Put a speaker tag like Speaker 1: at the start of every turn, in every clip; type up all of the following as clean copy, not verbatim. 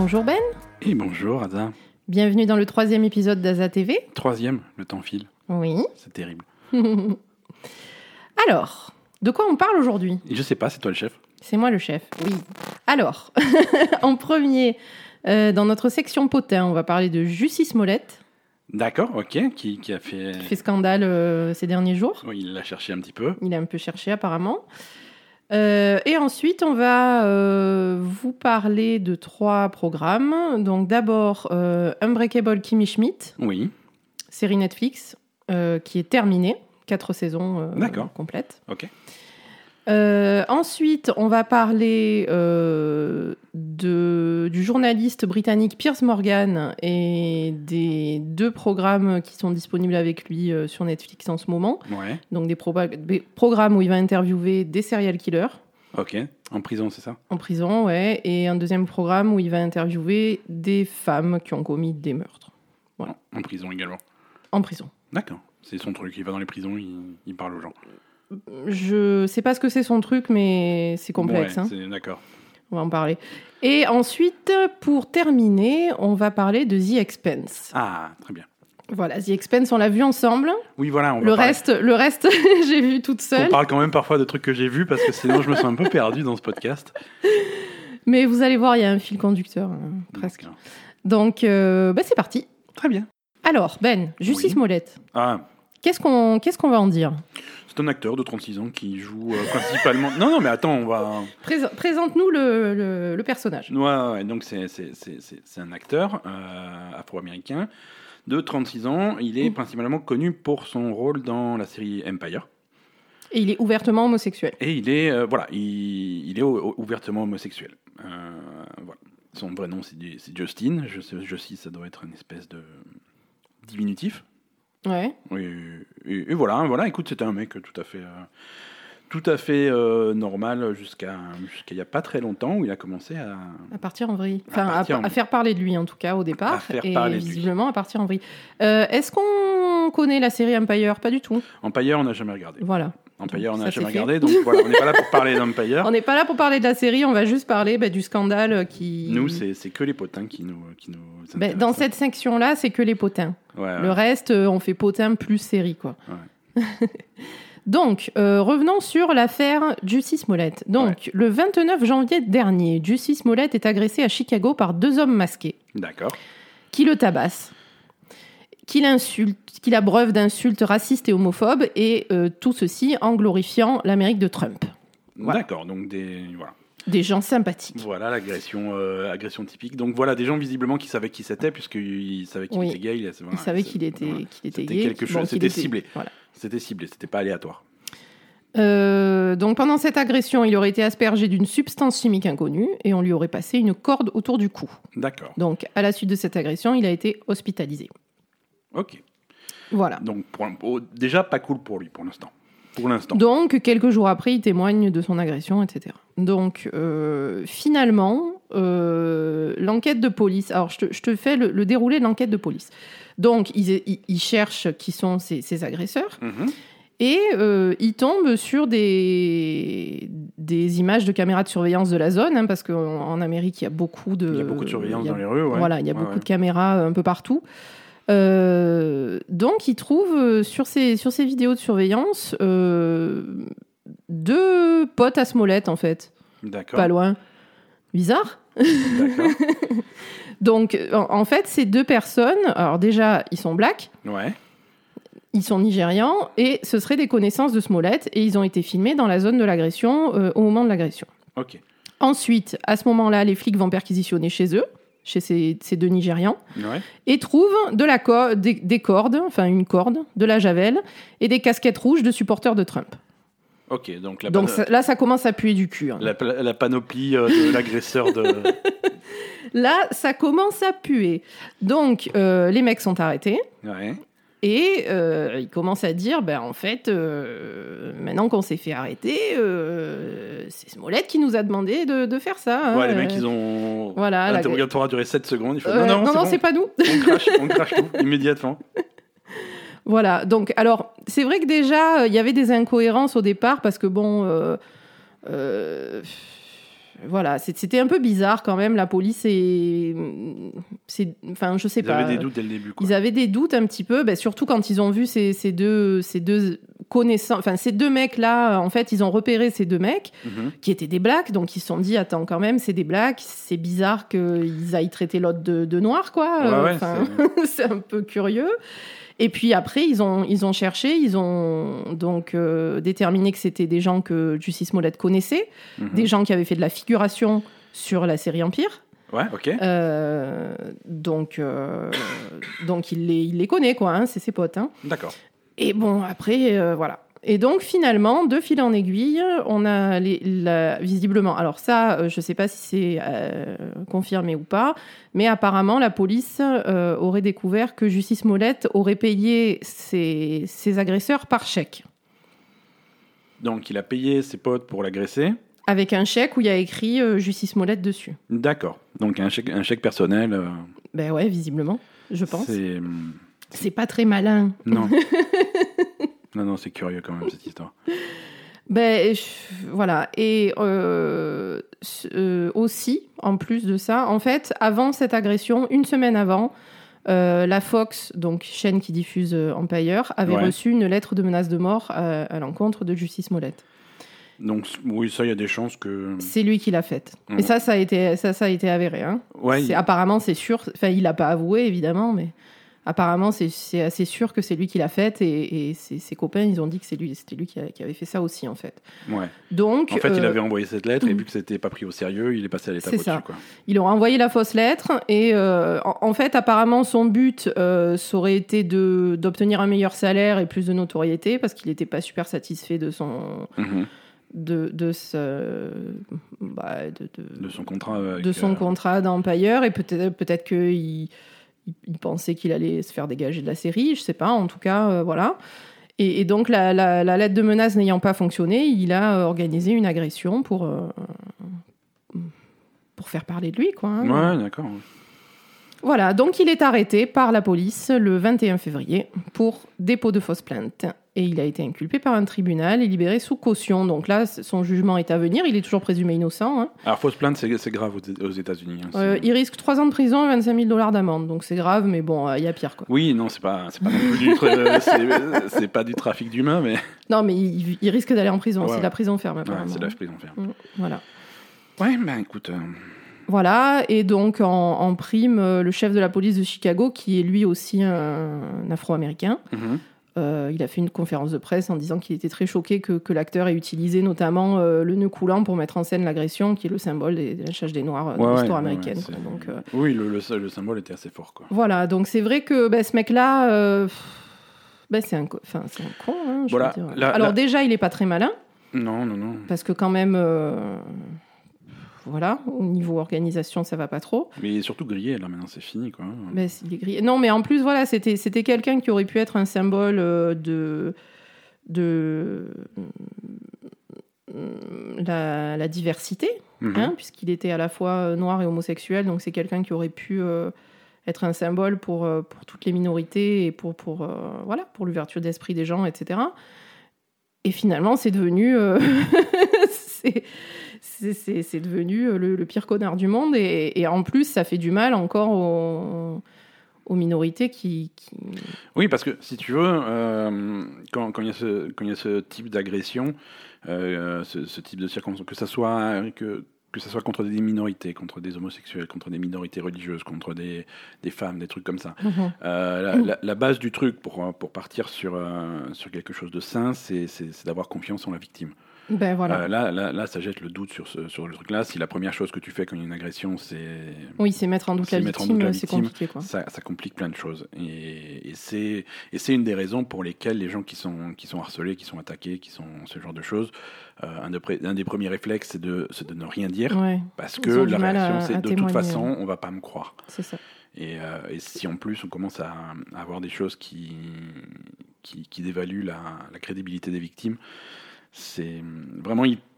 Speaker 1: Bonjour Ben.
Speaker 2: Et bonjour Aza.
Speaker 1: Bienvenue dans le 3e épisode d'Aza TV.
Speaker 2: 3e, le temps file.
Speaker 1: Oui.
Speaker 2: C'est terrible.
Speaker 1: Alors, de quoi on parle aujourd'hui ?
Speaker 2: Je sais pas, c'est toi le chef.
Speaker 1: C'est moi le chef, oui. Alors, en premier, dans notre section potin, on va parler de Jussie Smollett.
Speaker 2: D'accord, ok. Qui a fait...
Speaker 1: Qui fait scandale ces derniers jours.
Speaker 2: Oui, il l'a cherché un petit peu.
Speaker 1: Il a un peu cherché apparemment. Et ensuite, on va vous parler de 3 programmes. Donc d'abord, Unbreakable Kimmy Schmidt.
Speaker 2: Oui.
Speaker 1: Série Netflix qui est terminée. 4 saisons complètes.
Speaker 2: Ok.
Speaker 1: Ensuite, on va parler du journaliste britannique Piers Morgan et des 2 programmes qui sont disponibles avec lui sur Netflix en ce moment.
Speaker 2: Ouais.
Speaker 1: Donc des programmes où il va interviewer des serial killers.
Speaker 2: Ok. En prison, c'est ça ?
Speaker 1: En prison, ouais. Et un deuxième programme où il va interviewer des femmes qui ont commis des meurtres. Voilà.
Speaker 2: En prison également.
Speaker 1: En prison.
Speaker 2: D'accord. C'est son truc. Il va dans les prisons, il parle aux gens.
Speaker 1: Je sais pas ce que c'est son truc, mais c'est complexe.
Speaker 2: Ouais, c'est... D'accord.
Speaker 1: On va en parler. Et ensuite, pour terminer, on va parler de The Expanse.
Speaker 2: Ah, très bien.
Speaker 1: Voilà, The Expanse, on l'a vu ensemble.
Speaker 2: Oui, voilà. On va
Speaker 1: le reste, j'ai vu toute seule.
Speaker 2: On parle quand même parfois de trucs que j'ai vus parce que sinon je me sens un peu perdu dans ce podcast.
Speaker 1: Mais vous allez voir, il y a un fil conducteur, presque. Donc, c'est parti.
Speaker 2: Très bien.
Speaker 1: Alors, Ben, Jussie Smollett.
Speaker 2: Ah.
Speaker 1: Qu'est-ce qu'on va en dire ?
Speaker 2: C'est un acteur de 36 ans qui joue principalement... Non, mais attends, on va...
Speaker 1: Présente-nous le personnage.
Speaker 2: Ouais, donc c'est un acteur afro-américain de 36 ans. Il est principalement connu pour son rôle dans la série Empire.
Speaker 1: Et il est ouvertement homosexuel.
Speaker 2: Et il est, il est ouvertement homosexuel. Voilà. Son vrai nom, c'est Justin. Jussie, ça doit être une espèce de diminutif.
Speaker 1: Ouais.
Speaker 2: Et voilà, écoute, c'était un mec tout à fait normal jusqu'à il n'y a pas très longtemps où il a commencé à
Speaker 1: partir en vrille. Enfin, à faire parler de lui en tout cas au départ. Visiblement à partir en vrille. Est-ce qu'on connaît la série Empire ? Pas du tout.
Speaker 2: Empire, on n'a jamais regardé.
Speaker 1: Voilà.
Speaker 2: Empire, on n'a jamais regardé, donc voilà, on n'est pas là pour parler d'Empire.
Speaker 1: On n'est pas là pour parler de la série, on va juste parler du scandale qui...
Speaker 2: Nous, c'est que les potins qui nous intéressent.
Speaker 1: Dans cette section-là, c'est que les potins.
Speaker 2: Ouais.
Speaker 1: Le reste, on fait potin plus série, quoi.
Speaker 2: Ouais.
Speaker 1: Donc, revenons sur l'affaire Jussie Smollett. Donc, le 29 janvier dernier, Jussie Smollett est agressé à Chicago par 2 hommes masqués.
Speaker 2: D'accord.
Speaker 1: Qui le tabassent, qui l'insultent, qui l'abreuvent d'insultes racistes et homophobes, et tout ceci en glorifiant l'Amérique de Trump. Voilà.
Speaker 2: D'accord, donc
Speaker 1: des gens sympathiques.
Speaker 2: Voilà l'agression typique. Donc voilà, des gens visiblement qui savaient qui c'était, puisqu'ils savaient qu'il était gay.
Speaker 1: Ils savaient qu'il était gay.
Speaker 2: Quelque chose, c'était ciblé.
Speaker 1: Voilà.
Speaker 2: C'était ciblé, c'était pas aléatoire.
Speaker 1: Donc pendant cette agression, il aurait été aspergé d'une substance chimique inconnue et on lui aurait passé une corde autour du cou.
Speaker 2: D'accord.
Speaker 1: Donc à la suite de cette agression, il a été hospitalisé.
Speaker 2: Ok.
Speaker 1: Voilà.
Speaker 2: Donc déjà pas cool pour lui pour l'instant.
Speaker 1: Donc quelques jours après, il témoigne de son agression, etc. Donc finalement, l'enquête de police... Alors je te fais le déroulé de l'enquête de police. Donc ils cherchent qui sont ces agresseurs. Mm-hmm. Et ils tombent sur des images de caméras de surveillance de la zone, parce qu'en Amérique, il y a beaucoup de...
Speaker 2: Il y a beaucoup de surveillance dans les rues. Ouais.
Speaker 1: Voilà, il y a beaucoup de caméras un peu partout. Donc, ils trouvent sur ces vidéos de surveillance 2 potes à Smollett, en fait.
Speaker 2: D'accord.
Speaker 1: Pas loin. Bizarre.
Speaker 2: D'accord.
Speaker 1: Donc, en fait, ces 2 personnes, alors déjà, ils sont blacks.
Speaker 2: Ouais.
Speaker 1: Ils sont nigérians et ce seraient des connaissances de Smollett et ils ont été filmés dans la zone de l'agression au moment de l'agression.
Speaker 2: Ok.
Speaker 1: Ensuite, à ce moment-là, les flics vont perquisitionner chez eux, chez ces 2 Nigérians, et trouvent des cordes, enfin une corde, de la javel et des casquettes rouges de supporters de Trump.
Speaker 2: Ok, donc
Speaker 1: là, ça commence à puer du cul. Hein.
Speaker 2: La panoplie de l'agresseur de...
Speaker 1: Là, ça commence à puer. Donc, les mecs sont arrêtés.
Speaker 2: Ouais.
Speaker 1: Et il commence à dire, en fait, maintenant qu'on s'est fait arrêter, c'est Smollett qui nous a demandé de faire ça. Hein,
Speaker 2: les mecs, ils ont...
Speaker 1: Voilà,
Speaker 2: l'interrogatoire a duré 7 secondes. Il faut...
Speaker 1: Non, c'est pas nous.
Speaker 2: On crache tout, immédiatement.
Speaker 1: Voilà, donc, alors, c'est vrai que déjà, il y avait des incohérences au départ, parce que voilà, c'était un peu bizarre quand même. La police enfin, je sais pas.
Speaker 2: Ils avaient des doutes dès le début, quoi.
Speaker 1: Ils avaient des doutes un petit peu, surtout quand ils ont vu ces deux connaissants, enfin ces deux mecs là. En fait, ils ont repéré ces deux mecs qui étaient des blacks, donc ils se sont dit attends quand même, c'est des blacks, c'est bizarre qu'ils aillent traiter l'autre de noir, quoi.
Speaker 2: Ouais,
Speaker 1: c'est un peu curieux. Et puis après, ils ont cherché, ils ont donc déterminé que c'était des gens que Jussie Smollett connaissait, des gens qui avaient fait de la figuration sur la série Empire.
Speaker 2: Ouais, ok.
Speaker 1: Donc il les connaît, quoi, hein, c'est ses potes. Hein.
Speaker 2: D'accord.
Speaker 1: Et bon, après, voilà. Et donc, finalement, de fil en aiguille, on a visiblement... Alors ça, je ne sais pas si c'est confirmé ou pas, mais apparemment, la police aurait découvert que Jussie Smollett aurait payé ses agresseurs par chèque.
Speaker 2: Donc, il a payé ses potes pour l'agresser.
Speaker 1: Avec un chèque où il y a écrit Jussie Smollett dessus.
Speaker 2: D'accord. Donc, un chèque personnel.
Speaker 1: Ben ouais, visiblement, je pense.
Speaker 2: C'est
Speaker 1: C'est pas très malin.
Speaker 2: Non. Non, c'est curieux quand même, cette histoire.
Speaker 1: Voilà. Et aussi, en plus de ça, en fait, avant cette agression, une semaine avant, la Fox, donc chaîne qui diffuse Empire, avait reçu une lettre de menace de mort à l'encontre de Jussie Smollett.
Speaker 2: Donc, oui, ça, il y a des chances que...
Speaker 1: C'est lui qui l'a faite. Et ça a été avéré. Hein.
Speaker 2: Ouais,
Speaker 1: apparemment, c'est sûr. Enfin, il l'a pas avoué, évidemment, mais... Apparemment, c'est assez sûr que c'est lui qui l'a faite et ses copains, ils ont dit que c'était lui qui avait fait ça aussi, en fait.
Speaker 2: Ouais.
Speaker 1: Donc,
Speaker 2: en fait, il avait envoyé cette lettre et vu que c'était pas pris au sérieux, il est passé à l'étape au-dessus, quoi.
Speaker 1: Il aurait envoyé la fausse lettre et en fait, apparemment, son but, ça aurait été d'obtenir un meilleur salaire et plus de notoriété parce qu'il n'était pas super satisfait de son... De son contrat
Speaker 2: avec,
Speaker 1: son contrat d'Empire et peut-être qu'il pensait qu'il allait se faire dégager de la série, je sais pas, en tout cas, voilà. Et donc, la lettre de menace n'ayant pas fonctionné, il a organisé une agression pour faire parler de lui, quoi. Hein.
Speaker 2: Ouais, d'accord.
Speaker 1: Voilà, donc il est arrêté par la police le 21 février pour dépôt de fausse plainte. Et il a été inculpé par un tribunal et libéré sous caution. Donc là, son jugement est à venir. Il est toujours présumé innocent. Hein.
Speaker 2: Alors, fausse plainte, c'est grave aux États-Unis. Hein,
Speaker 1: il risque 3 ans de prison et 25 000 $ d'amende. Donc c'est grave, mais bon, il y a pire, quoi.
Speaker 2: Oui, non, c'est pas non plus c'est pas du trafic d'humains, mais...
Speaker 1: Non, mais il risque d'aller en prison. Ouais. C'est de la prison ferme, apparemment.
Speaker 2: Ouais, c'est de la prison ferme.
Speaker 1: Voilà.
Speaker 2: Ouais, ben écoute...
Speaker 1: Voilà, et donc en prime, le chef de la police de Chicago, qui est lui aussi un Afro-Américain, il a fait une conférence de presse en disant qu'il était très choqué que l'acteur ait utilisé notamment le nœud coulant pour mettre en scène l'agression, qui est le symbole des lynchages des Noirs de l'histoire américaine. Quoi. Donc,
Speaker 2: oui, le symbole était assez fort. Quoi.
Speaker 1: Voilà, donc c'est vrai que ce mec-là, c'est un con, hein, je veux dire. Alors déjà, il n'est pas très malin.
Speaker 2: Non.
Speaker 1: Parce que quand même... Voilà, au niveau organisation, ça va pas trop.
Speaker 2: Mais il est surtout grillé, là, maintenant, c'est fini, quoi.
Speaker 1: Mais il est grillé. Non, mais en plus, voilà, c'était quelqu'un qui aurait pu être un symbole de la diversité, hein, puisqu'il était à la fois noir et homosexuel, donc c'est quelqu'un qui aurait pu être un symbole pour toutes les minorités et pour l'ouverture d'esprit des gens, etc. Et finalement, c'est devenu... c'est devenu le pire connard du monde et en plus ça fait du mal encore aux minorités qui...
Speaker 2: Oui, parce que si tu veux, quand il y a ce type d'agression, ce type de circonstances, que ça soit contre des minorités, contre des homosexuels, contre des minorités religieuses, contre des femmes, des trucs comme ça. La base du truc pour partir sur quelque chose de sain, c'est d'avoir confiance en la victime.
Speaker 1: Ben voilà.
Speaker 2: Là, ça jette le doute sur le truc-là. Si la première chose que tu fais quand il y a une agression, c'est
Speaker 1: mettre en doute la victime, c'est compliqué, quoi.
Speaker 2: Ça complique plein de choses. Et c'est une des raisons pour lesquelles les gens qui sont harcelés, qui sont attaqués, qui sont ce genre de choses, un des premiers réflexes, c'est de ne rien dire, parce que la réaction, c'est de toute façon, on va pas me croire.
Speaker 1: C'est ça.
Speaker 2: Et si en plus on commence à avoir des choses qui dévaluent la crédibilité des victimes, c'est vraiment il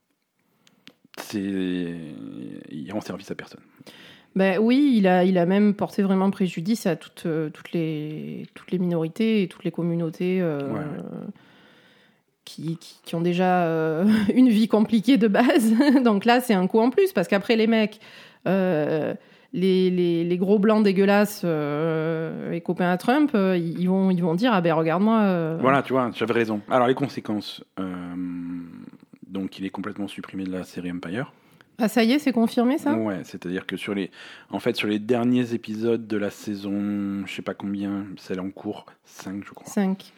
Speaker 2: rend service à personne.
Speaker 1: Ben oui, il a même porté vraiment préjudice à toutes les minorités et toutes les communautés qui ont déjà une vie compliquée de base. Donc là, c'est un coup en plus, parce qu'après, les mecs, les gros blancs dégueulasses, les copains à Trump, ils vont dire, ah ben regarde-moi...
Speaker 2: Voilà, tu vois, j'avais raison. Alors, les conséquences. Donc, il est complètement supprimé de la série Empire.
Speaker 1: Ah, ça y est, c'est confirmé, ça ?
Speaker 2: Ouais, c'est-à-dire que sur les derniers épisodes de la saison, je sais pas combien, celle en cours, 5 je crois.
Speaker 1: 5.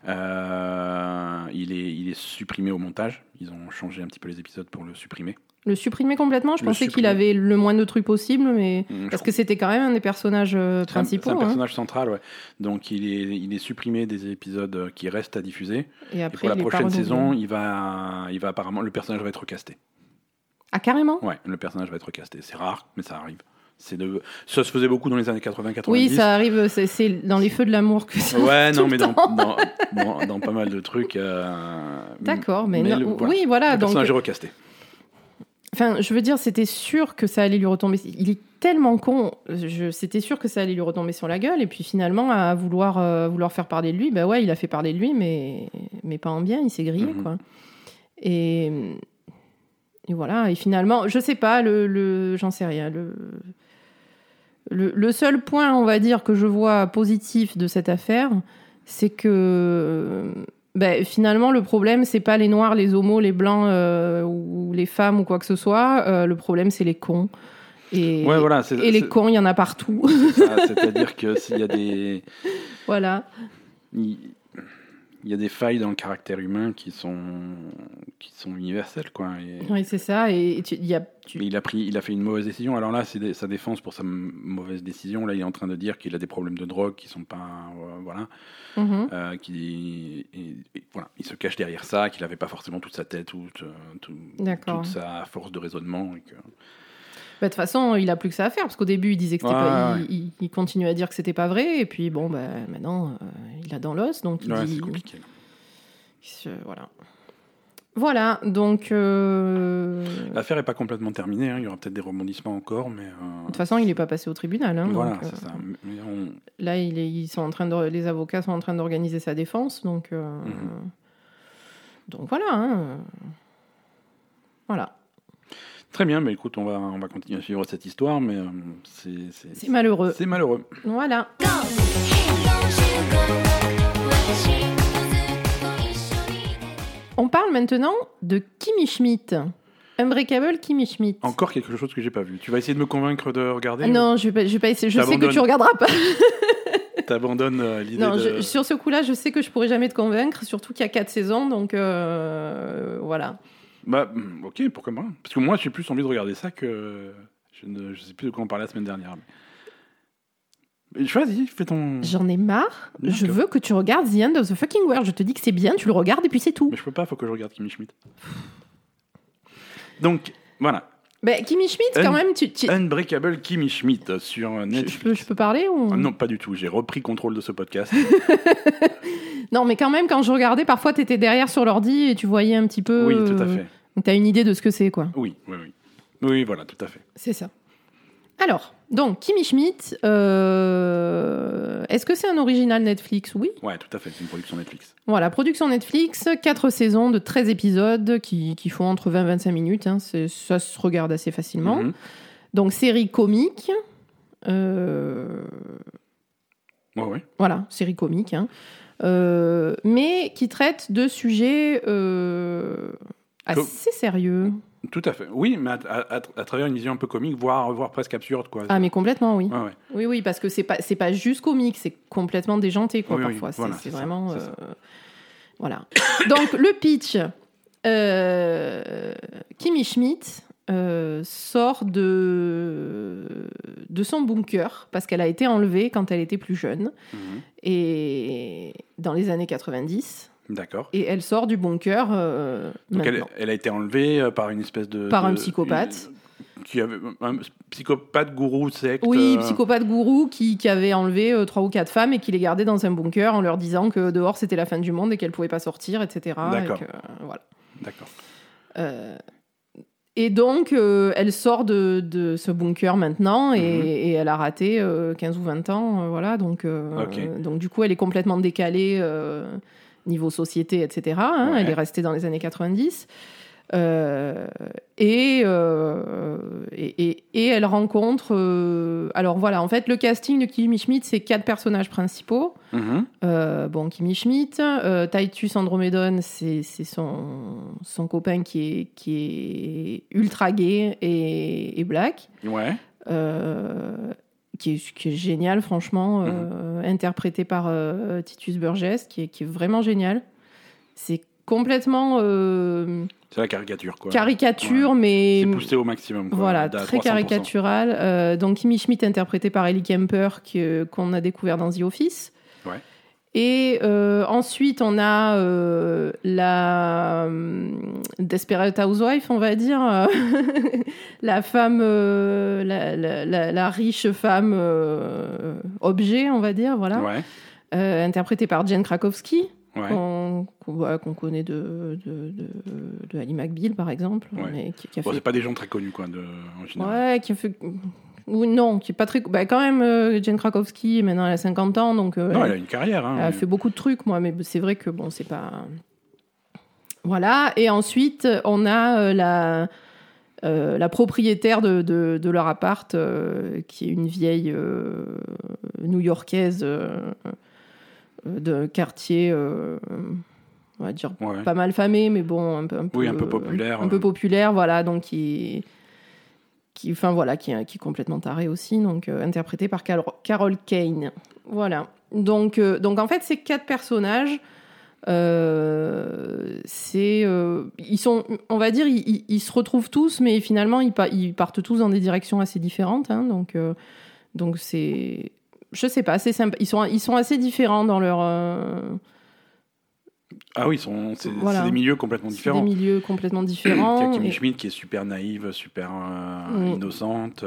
Speaker 2: Il est supprimé au montage. Ils ont changé un petit peu les épisodes pour le supprimer.
Speaker 1: Le supprimer complètement ? Je pensais qu'il avait le moins de trucs possible, mais parce que c'était quand même un des personnages principaux.
Speaker 2: C'est un personnage central, ouais. Donc il est supprimé des épisodes qui restent à diffuser.
Speaker 1: Et après,
Speaker 2: pour la prochaine saison, il va apparemment, le personnage va être recasté.
Speaker 1: Ah, carrément ?
Speaker 2: Ouais, le personnage va être recasté. C'est rare, mais ça arrive. Ça se faisait beaucoup dans les années 80-90.
Speaker 1: Oui, ça arrive, c'est dans les feux de l'amour que ça
Speaker 2: ouais,
Speaker 1: arrive
Speaker 2: non,
Speaker 1: tout
Speaker 2: mais
Speaker 1: le temps.
Speaker 2: dans pas mal de trucs.
Speaker 1: D'accord, mais
Speaker 2: non, voilà.
Speaker 1: oui, voilà.
Speaker 2: Le personnage est recasté.
Speaker 1: Enfin, je veux dire, c'était sûr que ça allait lui retomber. Il est tellement con. C'était sûr que ça allait lui retomber sur la gueule. Et puis finalement, à vouloir faire parler de lui, bah ouais, il a fait parler de lui, mais pas en bien. Il s'est grillé, quoi. Et voilà. Et finalement, je sais pas. J'en sais rien. Le seul point, on va dire, que je vois positif de cette affaire, c'est que finalement, le problème, c'est pas les noirs, les homos, les blancs ou les femmes ou quoi que ce soit. Le problème, c'est les cons. Et,
Speaker 2: ouais, voilà,
Speaker 1: les cons, il y en a partout.
Speaker 2: C'est-à-dire que s'il y a des...
Speaker 1: Voilà.
Speaker 2: Il y a des failles dans le caractère humain qui sont universelles, quoi.
Speaker 1: Oui, c'est ça. Et il
Speaker 2: a fait une mauvaise décision. Alors là, c'est sa défense pour sa mauvaise décision. Là, il est en train de dire qu'il a des problèmes de drogue qui sont pas, voilà, voilà, il se cache derrière ça, qu'il n'avait pas forcément toute sa tête ou toute sa force de raisonnement. Et que...
Speaker 1: de toute façon, il a plus que ça à faire, parce qu'au début, il disait que c'était pas... Il continuait à dire que c'était pas vrai, et puis bon, maintenant, il a dans l'os, donc il dit...
Speaker 2: c'est compliqué.
Speaker 1: Voilà. Voilà, donc...
Speaker 2: L'affaire est pas complètement terminée, hein. Il y aura peut-être des rebondissements encore, mais...
Speaker 1: De toute façon, il est pas passé au tribunal. Hein,
Speaker 2: voilà,
Speaker 1: donc,
Speaker 2: c'est ça. Mais
Speaker 1: là, les avocats sont en train d'organiser sa défense, donc... Donc voilà. Hein. Voilà.
Speaker 2: Très bien, mais écoute, on va continuer à suivre cette histoire, mais
Speaker 1: c'est malheureux.
Speaker 2: C'est malheureux.
Speaker 1: Voilà. On parle maintenant de Kimmy Schmidt. Unbreakable Kimmy Schmidt.
Speaker 2: Encore quelque chose que j'ai pas vu. Tu vas essayer de me convaincre de regarder ?
Speaker 1: Non, je vais pas essayer. Je sais que tu regarderas pas.
Speaker 2: T'abandonnes l'idée
Speaker 1: de... sur ce coup-là, je sais que je pourrais jamais te convaincre, surtout qu'il y a 4 saisons, donc voilà.
Speaker 2: Ok, pourquoi pas ? Parce que moi, j'ai plus envie de regarder ça que... Je sais plus de quoi on parlait la semaine dernière. Mais... Choisis, fais ton...
Speaker 1: J'en ai marre. D'accord. Je veux que tu regardes The End of the Fucking World. Je te dis que c'est bien, tu le regardes et puis c'est tout.
Speaker 2: Mais je peux pas, faut que je regarde Kimmy Schmidt. Donc, voilà.
Speaker 1: Kimmy Schmidt, quand même...
Speaker 2: Unbreakable Kimmy Schmidt sur Netflix.
Speaker 1: Je peux parler ou...
Speaker 2: Non, pas du tout. J'ai repris contrôle de ce podcast.
Speaker 1: Non, mais quand même, quand je regardais, parfois, t'étais derrière sur l'ordi et tu voyais un petit peu...
Speaker 2: Oui, tout à fait.
Speaker 1: T'as une idée de ce que c'est, quoi.
Speaker 2: Oui. Oui, voilà, tout à fait.
Speaker 1: C'est ça. Alors, donc, Kimmy Schmidt, est-ce que c'est un original Netflix ? Oui.
Speaker 2: Ouais, tout à fait, c'est une production Netflix.
Speaker 1: Voilà, production Netflix, 4 saisons de 13 épisodes qui font entre 20 et 25 minutes. Hein, ça se regarde assez facilement. Mm-hmm. Donc, série comique.
Speaker 2: Ouais.
Speaker 1: Voilà, série comique. Hein. Mais qui traite de sujets assez sérieux.
Speaker 2: Tout à fait. Oui, mais à travers une vision un peu comique, voire presque absurde, quoi.
Speaker 1: Ah, mais complètement, oui.
Speaker 2: Ouais.
Speaker 1: Oui, parce que c'est pas juste comique, c'est complètement déjanté, quoi, parfois.
Speaker 2: Oui, voilà,
Speaker 1: c'est vraiment...
Speaker 2: ça.
Speaker 1: Voilà. Donc, le pitch. Kimmy Schmidt sort de son bunker, parce qu'elle a été enlevée quand elle était plus jeune, et dans les années 90...
Speaker 2: D'accord.
Speaker 1: Et elle sort du bunker
Speaker 2: donc elle a été enlevée par une espèce de...
Speaker 1: Par un psychopathe.
Speaker 2: Qui avait un psychopathe gourou secte.
Speaker 1: Oui, psychopathe gourou qui avait enlevé 3 ou 4 femmes et qui les gardait dans un bunker en leur disant que dehors c'était la fin du monde et qu'elle ne pouvait pas sortir, etc.
Speaker 2: D'accord.
Speaker 1: Et voilà.
Speaker 2: D'accord.
Speaker 1: Et donc, elle sort de ce bunker maintenant et elle a raté 15 ou 20 ans. Voilà, donc,
Speaker 2: okay.
Speaker 1: Donc, du coup, elle est complètement décalée... niveau société, etc. Hein,
Speaker 2: Ouais.
Speaker 1: Elle est restée dans les années 90. Et elle rencontre... alors voilà, en fait, le casting de Kimmy Schmidt, c'est 4 personnages principaux. Bon, Kimmy Schmidt, Titus Andromedon, c'est son copain qui est ultra gay et black.
Speaker 2: Ouais.
Speaker 1: Qui est génial, franchement, interprété par Titus Burgess, qui est vraiment génial. C'est complètement...
Speaker 2: c'est la caricature, quoi.
Speaker 1: Caricature,
Speaker 2: Ouais.
Speaker 1: mais...
Speaker 2: C'est poussé au maximum, quoi.
Speaker 1: Voilà,
Speaker 2: À
Speaker 1: très
Speaker 2: 300%.
Speaker 1: caricatural. Donc, Kimmy Schmidt, interprétée par Ellie Kemper, qu'on a découvert dans The Office.
Speaker 2: Ouais.
Speaker 1: Et ensuite, on a la Desperate Housewife, on va dire. La femme, la riche femme objet, on va dire, voilà.
Speaker 2: Ouais.
Speaker 1: Interprétée par Jen Krakowski.
Speaker 2: Ouais.
Speaker 1: Qu'on connaît de Ali McBeal, par exemple.
Speaker 2: Ouais.
Speaker 1: Mais qui a
Speaker 2: Bon,
Speaker 1: fait...
Speaker 2: c'est pas des gens très connus, quoi, en général.
Speaker 1: Ouais, qui a fait... Ou non, qui est pas très... Bah, quand même, Jen Krakowski, maintenant, elle a 50 ans, donc...
Speaker 2: Non, elle a une carrière. Hein,
Speaker 1: elle a fait beaucoup de trucs, moi, mais c'est vrai que, bon, c'est pas... Voilà, et ensuite, on a la propriétaire de leur appart, qui est une vieille new-yorkaise... de quartier, on va dire
Speaker 2: Ouais.
Speaker 1: pas mal famé, mais bon, un peu
Speaker 2: Oui, un peu populaire.
Speaker 1: un peu populaire, voilà, donc qui est complètement taré aussi, donc interprété par Carol Kane. Voilà. Donc en fait, ces 4 personnages, ils sont, on va dire, ils se retrouvent tous, mais finalement, ils partent tous dans des directions assez différentes, hein, donc c'est... Je sais pas, c'est sympa. Ils sont assez différents dans leur...
Speaker 2: Ah oui, c'est des milieux complètement différents.
Speaker 1: C'est des milieux complètement différents.
Speaker 2: Il y a Kimmy Schmidt qui est super naïve, super innocente.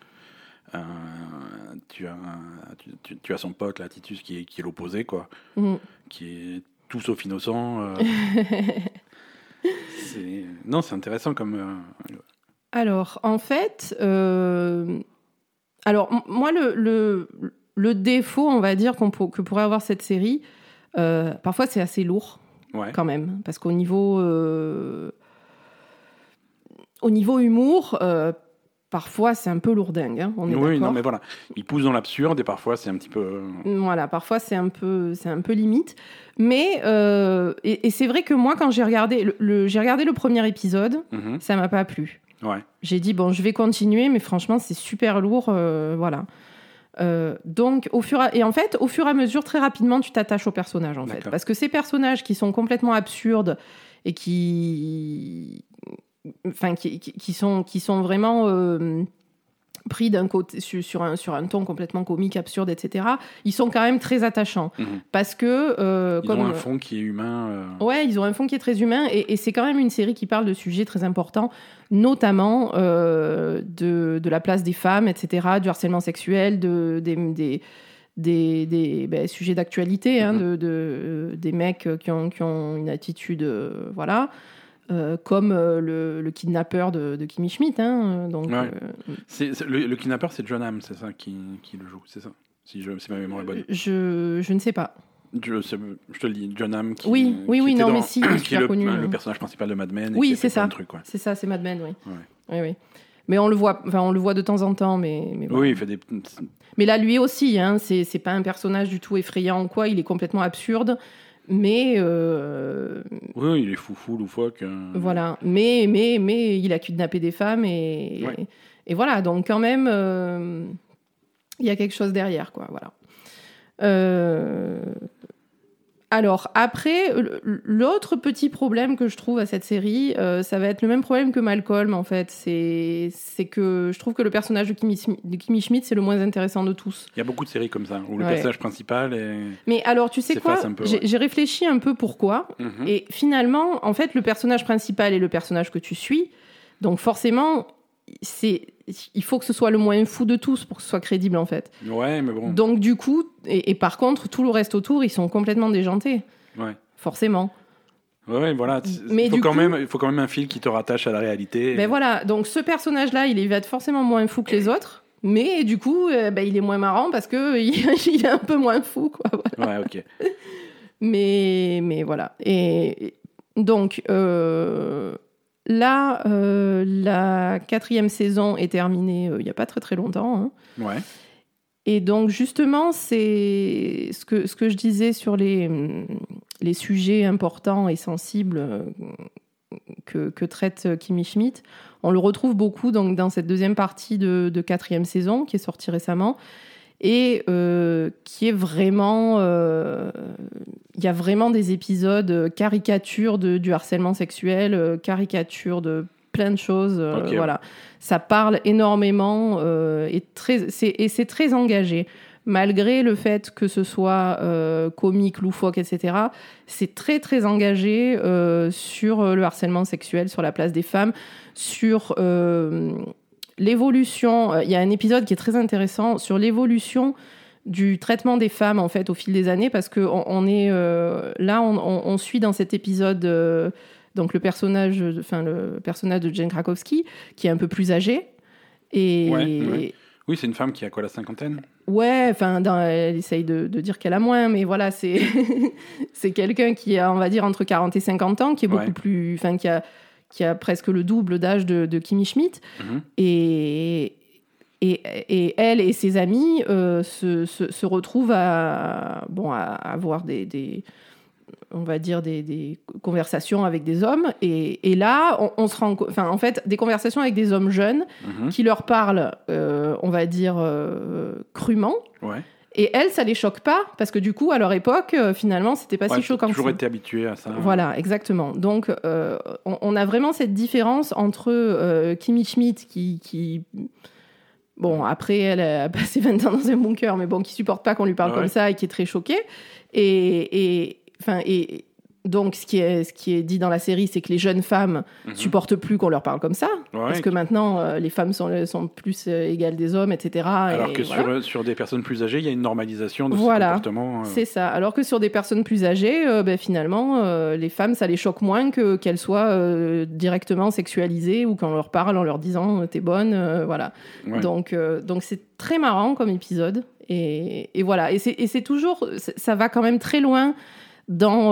Speaker 2: Tu as son pote, là, Titus, qui est l'opposé, quoi. Qui est tout sauf innocent. Non, c'est intéressant comme...
Speaker 1: Alors, en fait... Alors, moi, le défaut, on va dire, que pourrait avoir cette série, parfois c'est assez lourd, quand même, parce qu'au niveau humour, parfois c'est un peu lourdingue, hein, on est d'accord.
Speaker 2: Oui, non, mais voilà, il pousse dans l'absurde et parfois c'est un petit peu...
Speaker 1: Voilà, parfois c'est un peu limite, mais et c'est vrai que moi, quand j'ai regardé le premier épisode, ça m'a pas plu.
Speaker 2: Ouais.
Speaker 1: J'ai dit, bon, je vais continuer, mais franchement, c'est super lourd, voilà. Donc, au fur et à mesure, très rapidement, tu t'attaches aux personnages, en fait. Parce que ces personnages qui sont complètement absurdes et qui sont vraiment pris d'un côté sur un ton complètement comique, absurde, etc. Ils sont quand même très attachants parce que
Speaker 2: ils ont un fond qui est humain.
Speaker 1: Ouais, ils ont un fond qui est très humain et c'est quand même une série qui parle de sujets très importants, notamment de la place des femmes, etc., du harcèlement sexuel, des sujets d'actualité, hein, des mecs qui ont une attitude, voilà. Comme le kidnappeur de Kimmy Schmidt. Hein, donc,
Speaker 2: ouais. Le kidnappeur, c'est John Hamm, c'est ça qui le joue, c'est ça, si ma mémoire est bonne.
Speaker 1: Je ne sais pas.
Speaker 2: Je te le dis, John Hamm.
Speaker 1: Oui, mais si, il est
Speaker 2: super
Speaker 1: connu.
Speaker 2: Le personnage principal de Mad Men.
Speaker 1: Oui, c'est ça.
Speaker 2: Trucs,
Speaker 1: c'est ça, c'est Mad Men, oui.
Speaker 2: Ouais.
Speaker 1: Oui. Mais on le voit de temps en temps, mais voilà.
Speaker 2: Oui, il fait des...
Speaker 1: Mais là, lui aussi, hein, c'est pas un personnage du tout effrayant ou quoi, il est complètement absurde. Mais
Speaker 2: oui, il est foufou, loufoque.
Speaker 1: Voilà, mais il a kidnappé des femmes et voilà. Donc quand même, il y a quelque chose derrière, quoi. Voilà. Alors après, l'autre petit problème que je trouve à cette série, ça va être le même problème que Malcolm, en fait. C'est que je trouve que le personnage de Kimmy Schmidt, c'est le moins intéressant de tous.
Speaker 2: Il y a beaucoup de séries comme ça, où le personnage principal est...
Speaker 1: Mais alors, tu sais quoi, j'ai réfléchi un peu pourquoi, et finalement, en fait, le personnage principal est le personnage que tu suis, donc forcément... il faut que ce soit le moins fou de tous pour que ce soit crédible, en fait.
Speaker 2: Ouais, mais bon.
Speaker 1: Donc, du coup, et par contre, tout le reste autour, ils sont complètement déjantés. Ouais. Forcément.
Speaker 2: Ouais, voilà.
Speaker 1: Mais il faut quand
Speaker 2: même un fil qui te rattache à la réalité.
Speaker 1: Ben voilà. Donc, ce personnage-là, il va être forcément moins fou que les autres. Mais du coup, il est moins marrant parce qu'il est un peu moins fou, quoi. Voilà.
Speaker 2: Ouais, ok.
Speaker 1: Mais voilà. Et donc, là, la 4e saison est terminée il n'y a pas très très longtemps. Hein.
Speaker 2: Ouais.
Speaker 1: Et donc, justement, c'est ce que je disais sur les sujets importants et sensibles que traite Kimmy Schmidt. On le retrouve beaucoup donc, dans cette deuxième partie de 4e saison qui est sortie récemment et qui est vraiment... Il y a vraiment des épisodes caricature du harcèlement sexuel, caricature de plein de choses.
Speaker 2: Okay,
Speaker 1: voilà. Ça parle énormément et c'est très engagé. Malgré le fait que ce soit comique, loufoque, etc., c'est très, très engagé sur le harcèlement sexuel, sur la place des femmes, sur l'évolution. Il y a un épisode qui est très intéressant sur l'évolution du traitement des femmes, en fait, au fil des années, parce qu'on est... là, on suit dans cet épisode... donc le personnage de Jane Krakowski, qui est un peu plus âgé. Et...
Speaker 2: Ouais. Oui, c'est une femme qui a quoi, la cinquantaine ?
Speaker 1: Ouais, elle essaye de dire qu'elle a moins, mais voilà, c'est quelqu'un qui a, on va dire, entre 40 et 50 ans, qui est beaucoup plus... Enfin, qui a presque le double d'âge de Kimmy Schmidt. Mm-hmm. Et elle et ses amis se retrouvent à avoir on va dire des conversations avec des hommes et là on se rend en fait des conversations avec des hommes jeunes qui leur parlent on va dire crûment et elles ça les choque pas parce que du coup à leur époque finalement c'était pas si choquant que ça.
Speaker 2: Toujours été habitué à ça.
Speaker 1: Voilà, exactement. Donc on a vraiment cette différence entre Kimmy Schmidt qui bon, après, elle a passé 20 ans dans un bunker, mais bon, qui supporte pas qu'on lui parle comme ça et qui est très choquée. Et donc, ce qui est dit dans la série, c'est que les jeunes femmes supportent plus qu'on leur parle comme ça. Parce que maintenant, les femmes sont plus égales des hommes, etc.
Speaker 2: Alors que sur des personnes plus âgées, il y a une normalisation de ce comportement.
Speaker 1: C'est ça. Alors que sur des personnes plus âgées, finalement, les femmes, ça les choque moins qu'elles soient directement sexualisées ou qu'on leur parle en leur disant « t'es bonne ». Voilà. Ouais. Donc, c'est très marrant comme épisode. Et voilà. Et c'est toujours... Ça va quand même très loin dans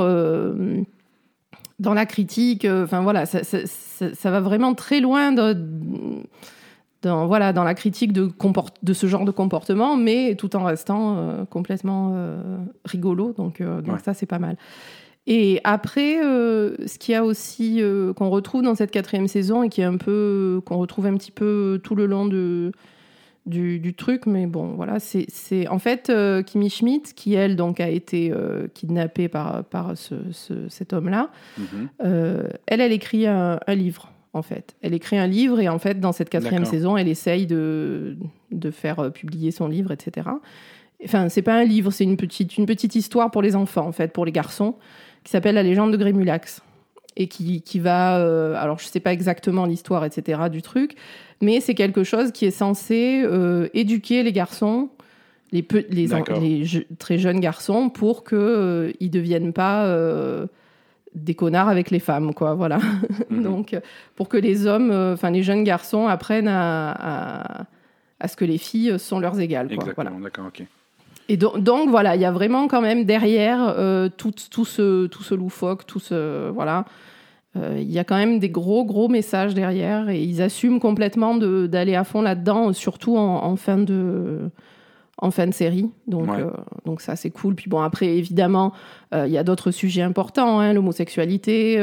Speaker 1: la critique, voilà, ça va vraiment très loin dans la critique de ce genre de comportement, mais tout en restant complètement rigolo, donc ça c'est pas mal. Et après, ce qu'il y a aussi qu'on retrouve dans cette 4e saison et qui est qu'on retrouve un petit peu tout le long du truc, mais bon, voilà, c'est en fait Kimmy Schmidt qui, elle, donc, a été kidnappée par cet homme-là. Elle écrit un livre, en fait. Elle écrit un livre et, en fait, dans cette 4e saison, elle essaye de faire publier son livre, etc. Enfin, c'est pas un livre, c'est une petite histoire pour les enfants, en fait, pour les garçons, qui s'appelle La légende de Grémulax. Et qui va... alors, je sais pas exactement l'histoire, etc., du truc, mais c'est quelque chose qui est censé éduquer les garçons, les très jeunes garçons, pour qu'ils ne deviennent pas des connards avec les femmes, quoi, voilà. Donc, pour que les hommes, les jeunes garçons apprennent à ce que les filles sont leurs égales, quoi.
Speaker 2: Exactement,
Speaker 1: voilà.
Speaker 2: D'accord, ok.
Speaker 1: Et donc voilà, il y a vraiment quand même derrière tout ce loufoque, tout ce... Voilà. Il y a quand même des gros messages derrière et ils assument complètement d'aller à fond là-dedans, surtout en fin de série. Donc ça, c'est cool. Puis bon, après, évidemment, il y a d'autres sujets importants, hein, l'homosexualité,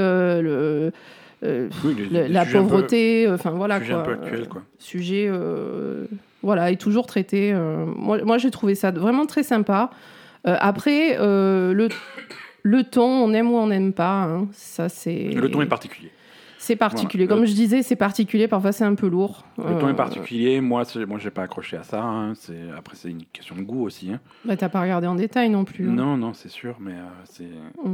Speaker 1: la pauvreté, voilà.
Speaker 2: Sujet un peu actuel, quoi.
Speaker 1: Sujet, voilà, est toujours traité. Moi, j'ai trouvé ça vraiment très sympa. Après, le ton, on aime ou on n'aime pas. Hein, ça, c'est...
Speaker 2: Le ton est particulier.
Speaker 1: C'est particulier. Voilà. Comme je disais, c'est particulier. Parfois, c'est un peu lourd.
Speaker 2: Le ton est particulier. Moi, j'ai pas accroché à ça. Hein. Après, c'est une question de goût aussi. Hein.
Speaker 1: Bah, t'as pas regardé en détail non plus. Hein.
Speaker 2: Non, c'est sûr, mais c'est...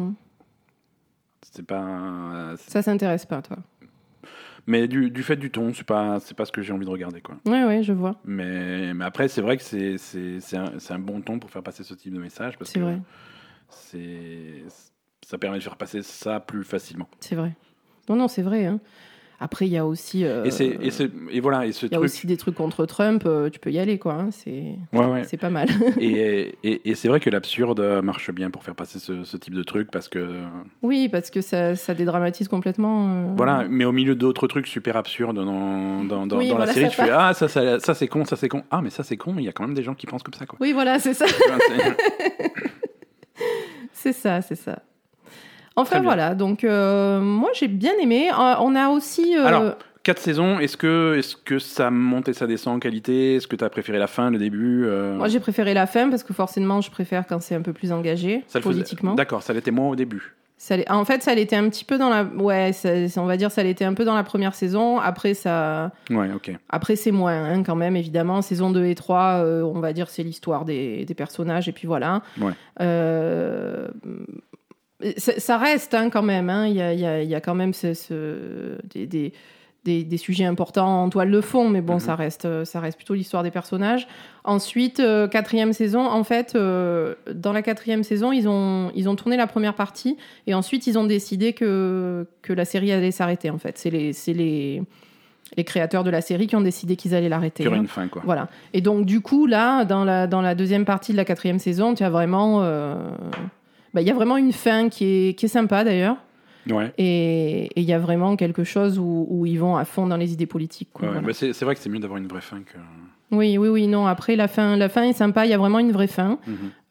Speaker 2: C'est pas...
Speaker 1: Ça s'intéresse pas, toi.
Speaker 2: Mais du fait du ton, c'est pas ce que j'ai envie de regarder, quoi.
Speaker 1: Ouais, je vois.
Speaker 2: Mais après, c'est vrai que c'est un bon ton pour faire passer ce type de message. Parce
Speaker 1: c'est
Speaker 2: que
Speaker 1: vrai.
Speaker 2: Ça permet de faire passer ça plus facilement.
Speaker 1: C'est vrai. Non, c'est vrai. Hein. Après, il y a aussi...
Speaker 2: et voilà, et ce
Speaker 1: il y a
Speaker 2: truc...
Speaker 1: aussi des trucs contre Trump, tu peux y aller, quoi. Hein, c'est pas mal.
Speaker 2: et c'est vrai que l'absurde marche bien pour faire passer ce type de truc, parce que...
Speaker 1: Oui, parce que ça dédramatise complètement.
Speaker 2: Voilà, mais au milieu d'autres trucs super absurdes dans
Speaker 1: Oui,
Speaker 2: la
Speaker 1: voilà,
Speaker 2: série,
Speaker 1: ça
Speaker 2: tu fais « Ah, ça c'est con, ça c'est con. Ah, mais ça c'est con, il y a quand même des gens qui pensent comme ça, quoi. »
Speaker 1: Oui, voilà, c'est ça. C'est ça. Enfin, voilà, donc moi j'ai bien aimé. On a aussi...
Speaker 2: Alors, 4 saisons, est-ce que ça monte et ça descend en qualité ? Est-ce que tu as préféré la fin, le début
Speaker 1: Moi j'ai préféré la fin, parce que forcément je préfère quand c'est un peu plus engagé, politiquement.
Speaker 2: D'accord, ça l'était moins au début.
Speaker 1: En fait, ça l'était un petit peu dans la... Ouais, on va dire ça l'était un peu dans la première saison. Après, ça...
Speaker 2: Ouais, ok.
Speaker 1: Après, c'est moins, hein, quand même, évidemment. Saison 2 et 3, on va dire, c'est l'histoire des personnages, et puis voilà.
Speaker 2: Ouais.
Speaker 1: Ça reste, hein, quand même. Hein. Il y a quand même des sujets importants en toile de fond, mais bon, ça reste plutôt l'histoire des personnages. Ensuite, 4e saison, en fait, dans la 4e saison, ils ont tourné la première partie, et ensuite ils ont décidé que la série allait s'arrêter, en fait. C'est les créateurs de la série qui ont décidé qu'ils allaient l'arrêter.
Speaker 2: Qu'il y aurait une fin, quoi.
Speaker 1: Voilà. Et donc, du coup, là, dans la deuxième partie de la 4e saison, tu as vraiment... il y a vraiment une fin qui est sympa, d'ailleurs.
Speaker 2: Ouais.
Speaker 1: Et il y a vraiment quelque chose où ils vont à fond dans les idées politiques. Quoi,
Speaker 2: ouais,
Speaker 1: voilà.
Speaker 2: bah c'est vrai que c'est mieux d'avoir une vraie fin que...
Speaker 1: Oui, non. Après, la fin est sympa. Il y a vraiment une vraie fin.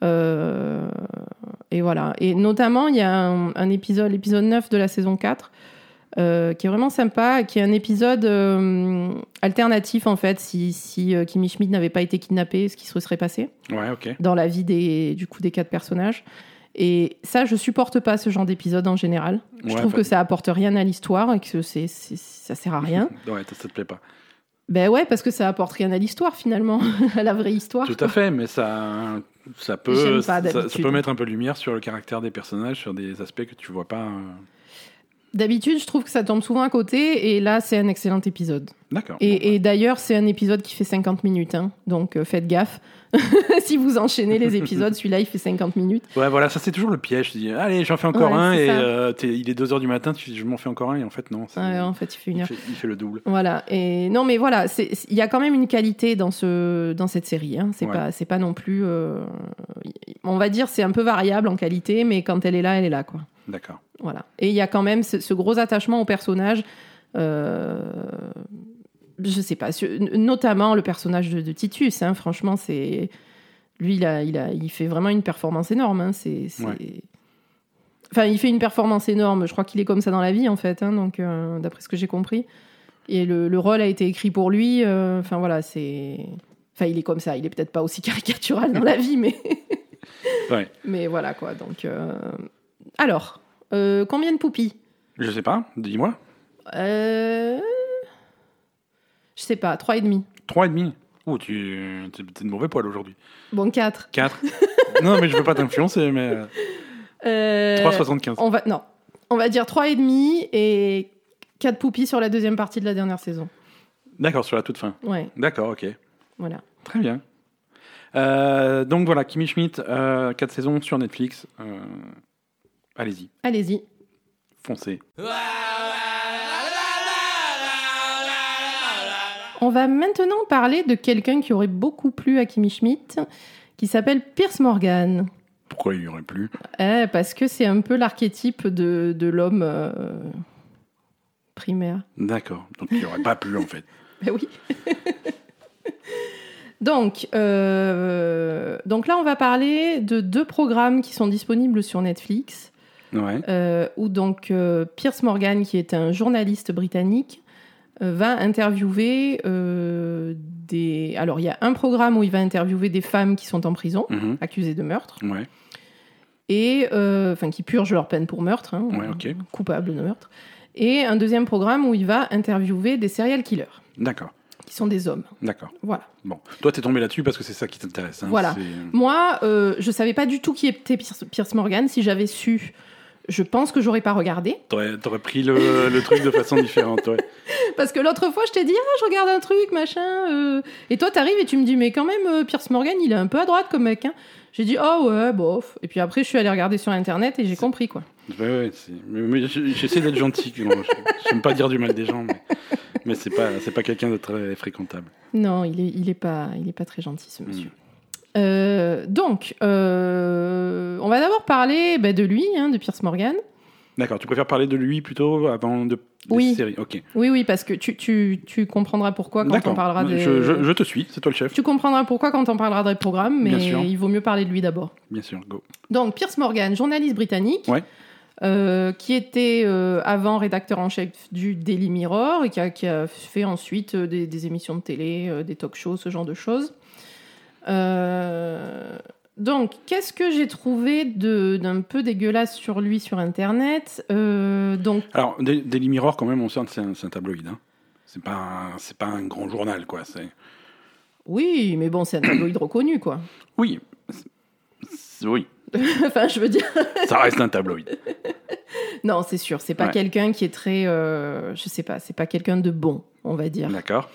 Speaker 1: Et voilà. Et notamment, il y a un épisode, l'épisode 9 de la saison 4, qui est vraiment sympa, qui est un épisode alternatif, en fait, si Kimmy Schmidt n'avait pas été kidnappée, ce qui se serait passé.
Speaker 2: Ouais, ok.
Speaker 1: Dans la vie des 4 personnages. Et ça, je supporte pas ce genre d'épisode en général. Je trouve que ça apporte rien à l'histoire et que ça sert à rien.
Speaker 2: Ouais, ça te plaît pas.
Speaker 1: Ben ouais, parce que ça apporte rien à l'histoire, finalement, à la vraie histoire.
Speaker 2: Tout à fait, mais ça peut mettre un peu de lumière sur le caractère des personnages, sur des aspects que tu vois pas.
Speaker 1: D'habitude, je trouve que ça tombe souvent à côté, et là, c'est un excellent épisode.
Speaker 2: D'accord.
Speaker 1: Et d'ailleurs, c'est un épisode qui fait 50 minutes, hein, donc faites gaffe. Si vous enchaînez les épisodes, celui-là, il fait 50 minutes.
Speaker 2: Ouais, voilà, ça c'est toujours le piège. Tu dis, allez, j'en fais encore un, et il est 2h du matin, tu dis, je m'en fais encore un, et en fait, non.
Speaker 1: En fait, il fait 1 heure.
Speaker 2: Il fait le double.
Speaker 1: Voilà. Et non, mais voilà, il y a quand même une qualité dans cette série. Hein. C'est pas non plus... on va dire, c'est un peu variable en qualité, mais quand elle est là, quoi.
Speaker 2: D'accord.
Speaker 1: Voilà. Et il y a quand même ce gros attachement au personnage. Je sais pas, notamment le personnage de Titus. Hein, franchement, c'est lui, il fait vraiment une performance énorme. Hein, Enfin, il fait une performance énorme. Je crois qu'il est comme ça dans la vie, en fait. Hein, donc, d'après ce que j'ai compris, et le rôle a été écrit pour lui. Enfin voilà, Enfin, il est comme ça. Il est peut-être pas aussi caricatural dans la vie, mais
Speaker 2: ouais.
Speaker 1: Mais voilà quoi. Donc, alors, combien de poupies ?
Speaker 2: Je sais pas. Dis-moi.
Speaker 1: Je sais pas, 3,5.
Speaker 2: 3,5 ? Oh, t'es de mauvais poil aujourd'hui.
Speaker 1: Bon, 4.
Speaker 2: 4 ? Non, mais je veux pas t'influencer, mais... 3,75.
Speaker 1: On va dire 3,5 et 4 poupies sur la deuxième partie de la dernière saison.
Speaker 2: D'accord, sur la toute fin.
Speaker 1: Ouais.
Speaker 2: D'accord, ok.
Speaker 1: Voilà.
Speaker 2: Très bien. Donc voilà, Kimmy Schmidt, 4 saisons sur Netflix. Allez-y.
Speaker 1: Allez-y.
Speaker 2: Foncez.
Speaker 1: On va maintenant parler de quelqu'un qui aurait beaucoup plu à Kimmy Schmidt, qui s'appelle Piers Morgan.
Speaker 2: Pourquoi il y aurait plu ?
Speaker 1: Parce que c'est un peu l'archétype de l'homme primaire.
Speaker 2: D'accord, donc il n'y aurait pas plu en fait.
Speaker 1: Ben oui. Donc là, on va parler de 2 programmes qui sont disponibles sur Netflix.
Speaker 2: Ouais.
Speaker 1: Où donc Piers Morgan, qui est un journaliste britannique, va interviewer Alors, il y a un programme où il va interviewer des femmes qui sont en prison, accusées de meurtre.
Speaker 2: Ouais.
Speaker 1: Et qui purgent leur peine pour meurtre, hein, coupables de meurtre. Et un deuxième programme où il va interviewer des serial killers.
Speaker 2: D'accord.
Speaker 1: Qui sont des hommes.
Speaker 2: D'accord.
Speaker 1: Voilà.
Speaker 2: Bon, toi, t'es tombé là-dessus parce que c'est ça qui t'intéresse. Hein.
Speaker 1: Voilà. Moi, je savais pas du tout qui était Piers Morgan. Si j'avais su, je pense que j'aurais pas regardé.
Speaker 2: T'aurais pris le truc de façon différente, ouais.
Speaker 1: Parce que l'autre fois, je t'ai dit, je regarde un truc, machin. Et toi, t'arrives et tu me dis, mais quand même, Piers Morgan, il est un peu à droite comme mec. Hein. J'ai dit, ouais, bof. Et puis après, je suis allée regarder sur Internet et j'ai compris, quoi.
Speaker 2: Ouais, mais j'essaie d'être gentil. J'aime pas dire du mal des gens, mais c'est pas quelqu'un de très fréquentable.
Speaker 1: Non, il est pas très gentil, ce monsieur. Donc, on va d'abord parler de lui, de Piers Morgan.
Speaker 2: D'accord, tu préfères parler de lui plutôt avant des séries. Ok.
Speaker 1: Oui, parce que tu comprendras pourquoi quand on parlera des...
Speaker 2: Je te suis, c'est toi le chef.
Speaker 1: Tu comprendras pourquoi quand on parlera des programmes, mais il vaut mieux parler de lui d'abord.
Speaker 2: Bien sûr, go.
Speaker 1: Donc, Piers Morgan, journaliste britannique, qui était avant rédacteur en chef du Daily Mirror et qui a fait ensuite des émissions de télé, des talk-shows, ce genre de choses. Donc, qu'est-ce que j'ai trouvé d'un peu dégueulasse sur lui sur Internet
Speaker 2: Alors, Daily Mirror, quand même, on sent que c'est un tabloïd. Hein. C'est pas un grand journal, quoi.
Speaker 1: Oui, mais bon, c'est un tabloïd reconnu, quoi.
Speaker 2: Oui. Oui.
Speaker 1: Enfin, je veux dire...
Speaker 2: Ça reste un tabloïd.
Speaker 1: Non, c'est sûr. C'est pas quelqu'un qui est très... je sais pas, c'est pas quelqu'un de bon, on va dire.
Speaker 2: D'accord.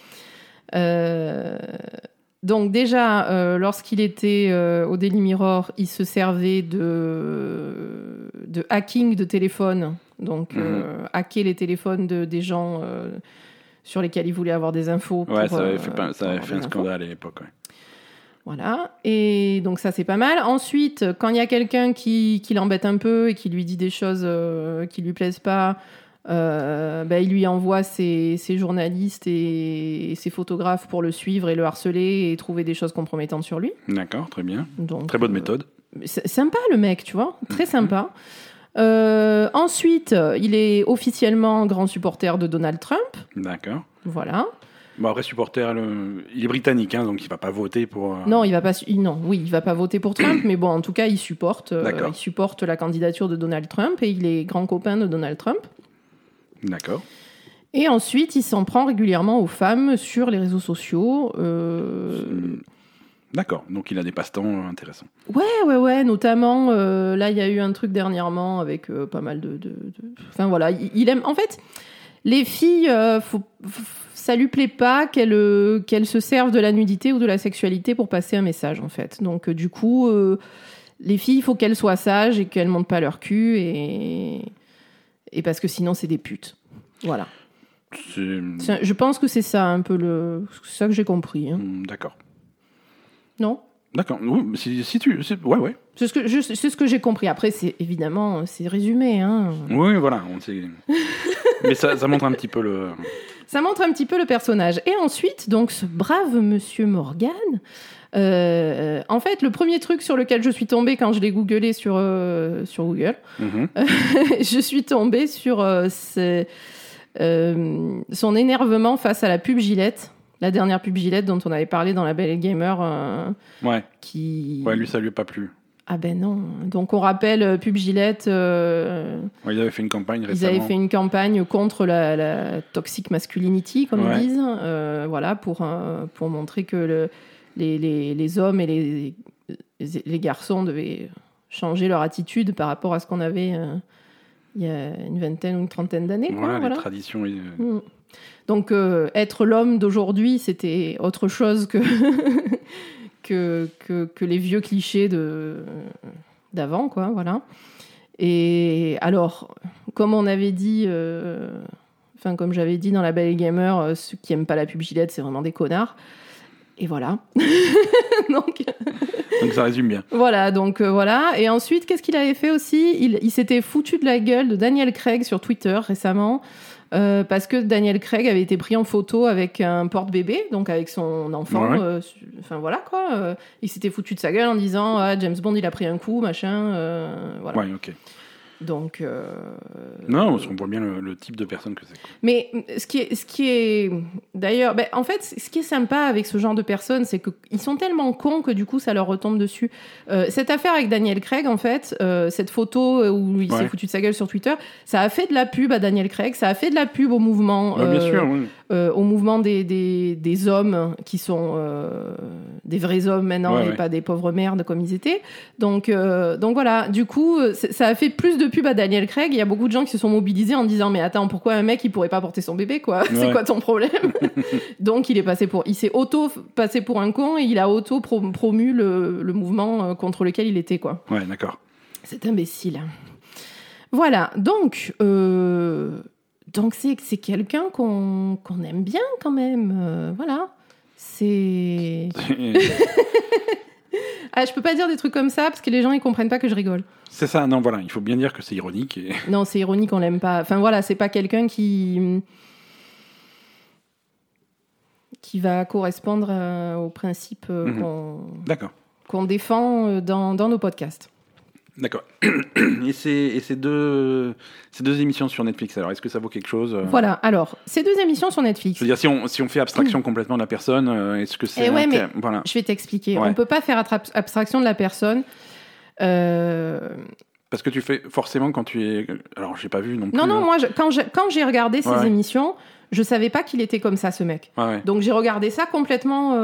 Speaker 1: Donc déjà, lorsqu'il était au Daily Mirror, il se servait de hacking de téléphone. Donc, hacker les téléphones des gens sur lesquels il voulait avoir des infos.
Speaker 2: Ça avait fait un scandale à l'époque, ouais.
Speaker 1: Voilà, et donc ça c'est pas mal. Ensuite, quand il y a quelqu'un qui l'embête un peu et qui lui dit des choses qui lui plaisent pas, il lui envoie ses journalistes et ses photographes pour le suivre et le harceler et trouver des choses compromettantes sur lui.
Speaker 2: D'accord, très bien.
Speaker 1: Donc,
Speaker 2: très bonne méthode.
Speaker 1: C'est sympa le mec, tu vois, très sympa. Ensuite, il est officiellement grand supporter de Donald Trump.
Speaker 2: D'accord.
Speaker 1: Voilà.
Speaker 2: Bon, après, supporter, il est britannique, hein, donc il va pas voter pour...
Speaker 1: Non, il va pas voter pour Trump, mais bon, en tout cas, il supporte la candidature de Donald Trump et il est grand copain de Donald Trump.
Speaker 2: D'accord.
Speaker 1: Et ensuite, il s'en prend régulièrement aux femmes sur les réseaux sociaux.
Speaker 2: D'accord, donc il a des passe-temps intéressants.
Speaker 1: Ouais, notamment, là, il y a eu un truc dernièrement avec pas mal de... Enfin, voilà, il aime... En fait, les filles, ça lui plaît pas qu'elles se servent de la nudité ou de la sexualité pour passer un message, en fait. Donc, du coup, les filles, il faut qu'elles soient sages et qu'elles montent pas leur cul et parce que sinon, c'est des putes. Voilà. Je pense que c'est ça, un peu c'est ça que j'ai compris. Hein.
Speaker 2: D'accord.
Speaker 1: Non ?
Speaker 2: D'accord. Oui, si tu... Ouais.
Speaker 1: C'est ce que j'ai compris. Après, c'est résumé. Hein.
Speaker 2: Oui, voilà. Mais ça montre un petit peu le...
Speaker 1: Ça montre un petit peu le personnage. Et ensuite, donc, ce brave monsieur Morgan... en fait, le premier truc sur lequel je suis tombée quand je l'ai googlé sur Google, je suis tombée sur son énervement face à la pub Gillette, la dernière pub Gillette dont on avait parlé dans La Belle et le Gamer. Qui...
Speaker 2: Ouais, lui, ça lui a pas plu.
Speaker 1: Ah ben non. Donc on rappelle, pub Gillette...
Speaker 2: ils avaient fait une campagne récemment.
Speaker 1: Ils avaient fait une campagne contre la toxic masculinity, comme ils disent, voilà, pour montrer que les hommes et les garçons devaient changer leur attitude par rapport à ce qu'on avait il y a une vingtaine ou une trentaine d'années.
Speaker 2: Voilà, les traditions.
Speaker 1: Donc, être l'homme d'aujourd'hui, c'était autre chose que les vieux clichés d'avant, quoi, voilà. Et alors, comme on avait dit... comme j'avais dit dans La Belle et le Gamer, ceux qui n'aiment pas la pub Gillette, c'est vraiment des connards. Et voilà. donc
Speaker 2: ça résume bien.
Speaker 1: Voilà, voilà. Et ensuite, qu'est-ce qu'il avait fait aussi ? Il s'était foutu de la gueule de Daniel Craig sur Twitter récemment, parce que Daniel Craig avait été pris en photo avec un porte-bébé, donc avec son enfant. Voilà, quoi. Il s'était foutu de sa gueule en disant « James Bond, il a pris un coup, machin. » Voilà.
Speaker 2: Ouais, ok.
Speaker 1: Donc...
Speaker 2: Non, on voit bien le type de personne que c'est.
Speaker 1: Mais ce qui est d'ailleurs... en fait, ce qui est sympa avec ce genre de personnes, c'est qu'ils sont tellement cons que du coup, ça leur retombe dessus. Cette affaire avec Daniel Craig, en fait, cette photo où il s'est foutu de sa gueule sur Twitter, ça a fait de la pub à Daniel Craig, ça a fait de la pub au mouvement
Speaker 2: bien sûr, oui.
Speaker 1: au mouvement des hommes qui sont des vrais hommes maintenant et pas des pauvres merdes comme ils étaient. Donc voilà, du coup, ça a fait plus de pub à Daniel Craig. Il y a beaucoup de gens qui se sont mobilisés en disant mais attends, pourquoi un mec il pourrait pas porter son bébé quoi ? C'est quoi ton problème ? Donc il s'est auto-passé pour un con et il a auto-promu le mouvement contre lequel il était quoi.
Speaker 2: Ouais, d'accord.
Speaker 1: C'est imbécile. Voilà, donc c'est quelqu'un qu'on aime bien quand même. Voilà. C'est... je peux pas dire des trucs comme ça parce que les gens ils comprennent pas que je rigole.
Speaker 2: C'est ça, non, voilà, il faut bien dire que c'est ironique.
Speaker 1: Non, c'est ironique, on l'aime pas. Enfin voilà, c'est pas quelqu'un qui va correspondre aux principes qu'on défend dans nos podcasts.
Speaker 2: D'accord. Et ces deux émissions sur Netflix, alors est-ce que ça vaut quelque chose ?
Speaker 1: Voilà, alors, ces 2 émissions sur Netflix.
Speaker 2: Je veux dire, si on fait abstraction complètement de la personne, est-ce que c'est...
Speaker 1: mais
Speaker 2: voilà.
Speaker 1: je vais t'expliquer. Ouais. On ne peut pas faire abstraction de la personne.
Speaker 2: Parce que tu fais forcément quand tu es... Alors, j'ai pas vu non plus...
Speaker 1: Non, moi, quand j'ai regardé ces émissions... Je savais pas qu'il était comme ça, ce mec.
Speaker 2: Ouais.
Speaker 1: Donc j'ai regardé ça complètement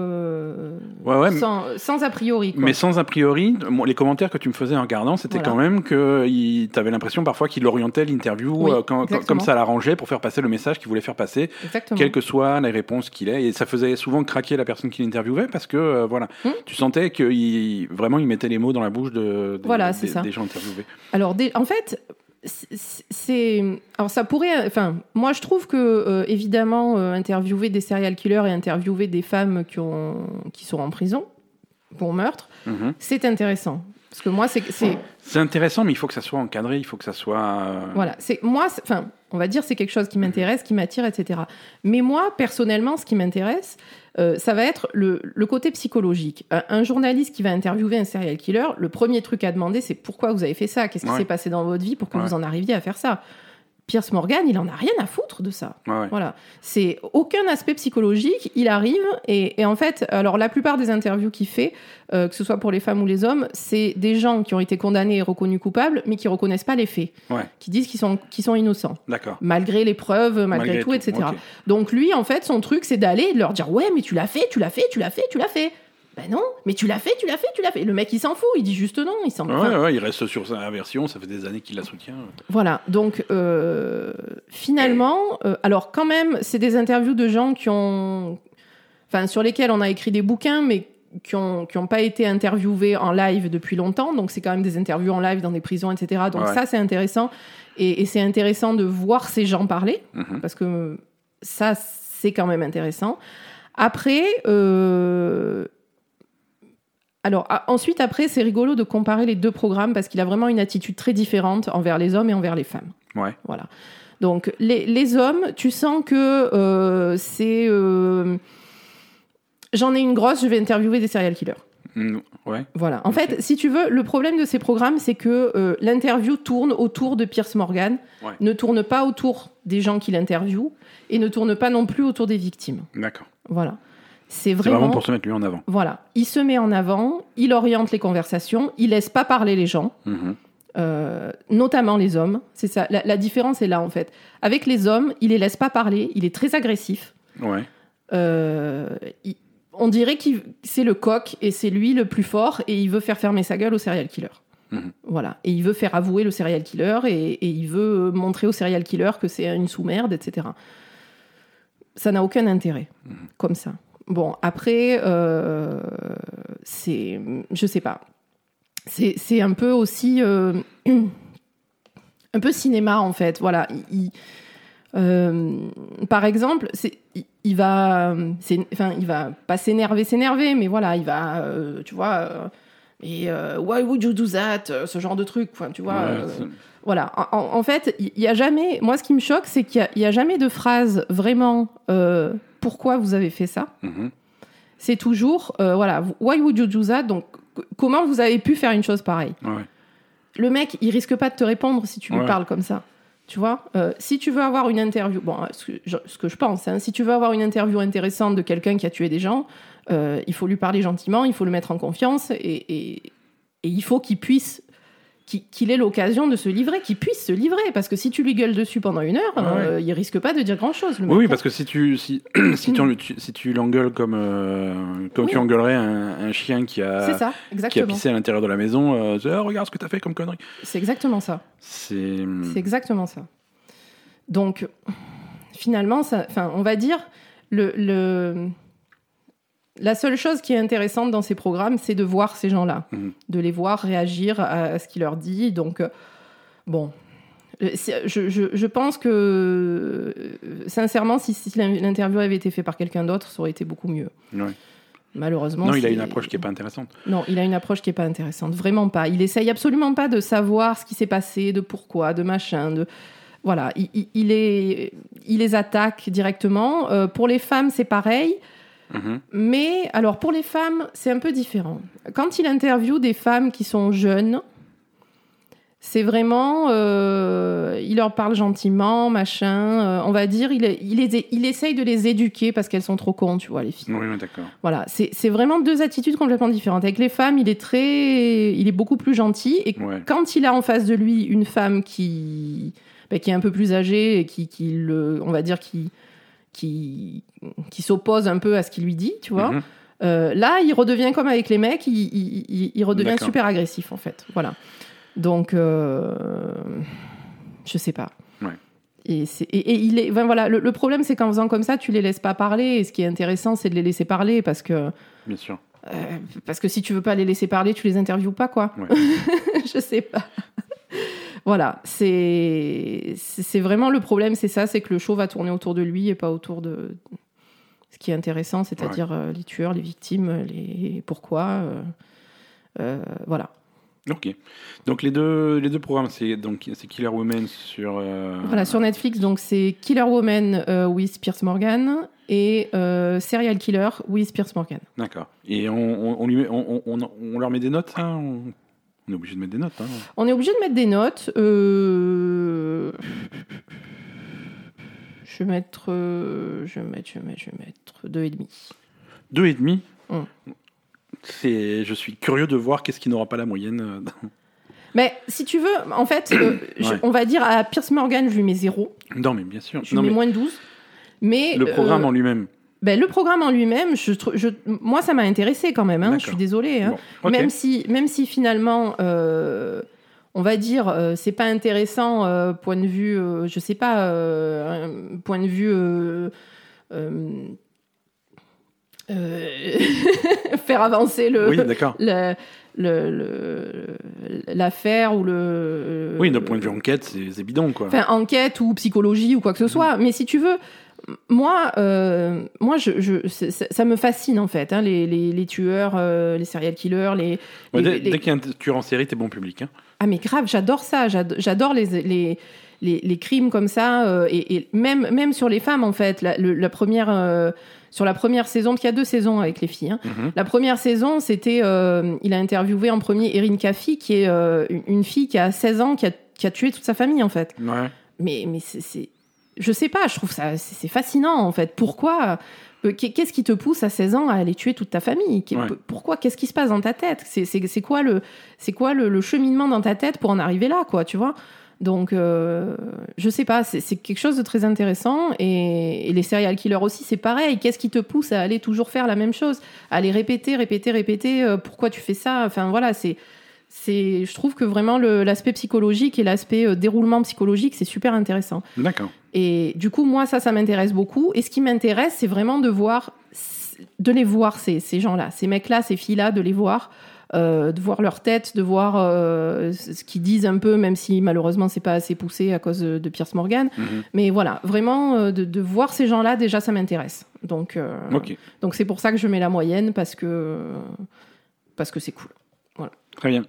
Speaker 1: sans a priori. Quoi.
Speaker 2: Mais sans a priori, les commentaires que tu me faisais en regardant, c'était quand même que t'avais l'impression parfois qu'il orientait l'interview comme ça l'arrangeait pour faire passer le message qu'il voulait faire passer, quelles que soient les réponses qu'il ait. Et ça faisait souvent craquer la personne qui l'interviewait parce que tu sentais qu'il mettait les mots dans la bouche des gens interviewés.
Speaker 1: Alors en fait... Alors ça pourrait... Enfin, moi je trouve que, évidemment, interviewer des serial killers et interviewer des femmes qui sont en prison pour meurtre, c'est intéressant. Parce que moi,
Speaker 2: c'est intéressant, mais il faut que ça soit encadré, il faut que ça soit...
Speaker 1: Voilà, on va dire c'est quelque chose qui m'intéresse, qui m'attire, etc. Mais moi, personnellement, ce qui m'intéresse, ça va être le côté psychologique. Un journaliste qui va interviewer un serial killer, le premier truc à demander, c'est pourquoi vous avez fait ça ? Qu'est-ce qui s'est passé dans votre vie pour que vous en arriviez à faire ça ? Pierce Morgan, il en a rien à foutre de ça. Voilà. C'est aucun aspect psychologique. Il arrive et en fait, alors la plupart des interviews qu'il fait, que ce soit pour les femmes ou les hommes, c'est des gens qui ont été condamnés et reconnus coupables, mais qui reconnaissent pas les faits, qui disent qu'ils sont innocents, malgré les preuves, malgré tout, etc. Okay. Donc lui, en fait, son truc, c'est d'aller leur dire ouais, mais tu l'as fait. Ben non, mais tu l'as fait. Le mec, il s'en fout, il dit juste non.
Speaker 2: Il reste sur sa version, ça fait des années qu'il la soutient.
Speaker 1: Voilà, donc finalement, alors quand même, c'est des interviews de gens sur lesquels on a écrit des bouquins, mais qui ont pas été interviewés en live depuis longtemps, donc c'est quand même des interviews en live dans des prisons, etc. Donc ça, c'est intéressant, et c'est intéressant de voir ces gens parler, parce que ça, c'est quand même intéressant. Après... Alors, ensuite, après, c'est rigolo de comparer les 2 programmes parce qu'il a vraiment une attitude très différente envers les hommes et envers les femmes. Ouais. Voilà. Donc, les hommes, tu sens que c'est... J'en ai une grosse, je vais interviewer des serial killers.
Speaker 2: Ouais.
Speaker 1: Voilà. En fait, si tu veux, le problème de ces programmes, c'est que l'interview tourne autour de Pierce Morgan, ne tourne pas autour des gens qui l'interviewent et ne tourne pas non plus autour des victimes.
Speaker 2: D'accord.
Speaker 1: Voilà. C'est vraiment
Speaker 2: pour se mettre lui en avant.
Speaker 1: Voilà. Il se met en avant, il oriente les conversations, il laisse pas parler les gens, notamment les hommes. C'est ça. La différence est là, en fait. Avec les hommes, il les laisse pas parler, il est très agressif.
Speaker 2: Ouais.
Speaker 1: On dirait que c'est le coq et c'est lui le plus fort et il veut faire fermer sa gueule au serial killer. Voilà. Et il veut faire avouer le serial killer et il veut montrer au serial killer que c'est une sous-merde, etc. Ça n'a aucun intérêt, comme ça. Bon, après, je sais pas. C'est un peu aussi... un peu cinéma, en fait. Voilà. Par exemple, il va pas s'énerver, mais voilà, il va, tu vois... why would you do that, ce genre de truc, tu vois. Voilà. En fait, il y a jamais... Moi, ce qui me choque, c'est qu'il y a jamais de phrase vraiment... pourquoi vous avez fait ça ? C'est toujours, voilà, why would you do that ? Donc, comment vous avez pu faire une chose pareille ? Le mec, il risque pas de te répondre si tu lui parles comme ça. Tu vois ? Si tu veux avoir une interview, bon, ce que je pense, si tu veux avoir une interview intéressante de quelqu'un qui a tué des gens, il faut lui parler gentiment, il faut le mettre en confiance et il faut qu'il puisse qu'il ait l'occasion de se livrer, qu'il puisse se livrer. Parce que si tu lui gueules dessus pendant 1 heure, il risque pas de dire grand-chose. Le mec.
Speaker 2: Oui, parce que si tu l'engueules comme tu engueulerais un chien qui a pissé à l'intérieur de la maison, regarde ce que t'as fait comme connerie.
Speaker 1: C'est exactement ça. C'est exactement ça. Donc, finalement, on va dire, la seule chose qui est intéressante dans ces programmes, c'est de voir ces gens-là, de les voir réagir à ce qu'il leur dit. Donc, bon, je pense que, sincèrement, si l'interview avait été faite par quelqu'un d'autre, ça aurait été beaucoup mieux.
Speaker 2: Ouais.
Speaker 1: Malheureusement,
Speaker 2: il a une approche qui n'est pas intéressante.
Speaker 1: Non, il a une approche qui n'est pas intéressante, vraiment pas. Il essaye absolument pas de savoir ce qui s'est passé, de pourquoi, de machin, Voilà, il les attaque directement. Pour les femmes, c'est pareil. Mais alors pour les femmes, c'est un peu différent. Quand il interviewe des femmes qui sont jeunes, c'est vraiment, il leur parle gentiment, machin. On va dire, il essaye de les éduquer parce qu'elles sont trop cons, tu vois, les filles.
Speaker 2: Oui, d'accord.
Speaker 1: Voilà, c'est vraiment 2 attitudes complètement différentes. Avec les femmes, il est beaucoup plus gentil. Et quand il a en face de lui une femme qui est un peu plus âgée et on va dire qui s'oppose un peu à ce qu'il lui dit, tu vois. Là, il redevient comme avec les mecs, il redevient super agressif, en fait. Voilà. Donc, je sais pas.
Speaker 2: Ouais.
Speaker 1: Et voilà, le problème, c'est qu'en faisant comme ça, tu les laisses pas parler. Et ce qui est intéressant, c'est de les laisser parler parce que...
Speaker 2: Bien sûr.
Speaker 1: Parce que si tu veux pas les laisser parler, tu les interviews pas, quoi.
Speaker 2: Ouais.
Speaker 1: Je sais pas. Voilà, c'est vraiment le problème, c'est ça, c'est que le show va tourner autour de lui et pas autour de ce qui est intéressant, c'est-à-dire les tueurs, les victimes, les pourquoi, voilà.
Speaker 2: Ok. Donc les deux programmes, c'est Killer Woman sur...
Speaker 1: Voilà, sur Netflix, donc c'est Killer Woman with Piers Morgan et Serial Killer with Piers Morgan.
Speaker 2: D'accord. Et on leur met des notes, hein On est obligé de mettre des notes. Hein.
Speaker 1: On est obligé de mettre des notes. Je vais mettre 2,5.
Speaker 2: 2,5 Je suis curieux de voir qu'est-ce qui n'aura pas la moyenne.
Speaker 1: Mais si tu veux, en fait, on va dire à Piers Morgan, je lui mets 0.
Speaker 2: Non, mais bien sûr.
Speaker 1: Je lui mets moins de 12. Mais,
Speaker 2: le programme en lui-même.
Speaker 1: Le programme en lui-même, moi, ça m'a intéressé quand même. Hein, je suis désolée. Hein. Bon, okay. Même si finalement, on va dire, c'est pas intéressant point de vue, je sais pas, point de vue faire avancer l'affaire ou le...
Speaker 2: Oui, d'un point de vue enquête, c'est bidon, quoi.
Speaker 1: Enfin, enquête ou psychologie ou quoi que ce soit. Mais si tu veux... Moi, ça me fascine en fait, hein, les tueurs, les serial killers,
Speaker 2: dès qu'il y a un tueur en série, t'es bon public. Hein.
Speaker 1: Ah mais grave, j'adore ça, j'adore les crimes comme ça, et même sur les femmes en fait. Sur la première saison, parce qu'il y a 2 saisons avec les filles. Hein. La première saison, c'était, il a interviewé en premier Erin Caffey, qui est une fille qui a 16 ans, qui a tué toute sa famille en fait.
Speaker 2: Ouais.
Speaker 1: Mais c'est je sais pas, je trouve ça c'est fascinant en fait. Pourquoi qu'est-ce qui te pousse à 16 ans à aller tuer toute ta famille ? Pourquoi ? Qu'est-ce qui se passe dans ta tête ? C'est quoi le cheminement dans ta tête pour en arriver là, quoi, tu vois ? Donc je sais pas, c'est quelque chose de très intéressant, et les serial killers aussi, c'est pareil. Qu'est-ce qui te pousse à aller toujours faire la même chose, à aller répéter, pourquoi tu fais ça ? Enfin voilà, je trouve que vraiment l'aspect psychologique et l'aspect déroulement psychologique, c'est super intéressant.
Speaker 2: D'accord.
Speaker 1: Et du coup, moi, ça m'intéresse beaucoup. Et ce qui m'intéresse, c'est vraiment de les voir, ces gens-là, ces mecs-là, ces filles-là, de les voir, de voir leur tête, de voir ce qu'ils disent un peu, même si malheureusement, c'est pas assez poussé à cause de Piers Morgan. Mais voilà, vraiment, de voir ces gens-là, déjà, ça m'intéresse. Donc c'est pour ça que je mets la moyenne, parce que c'est cool. Voilà.
Speaker 2: Très bien.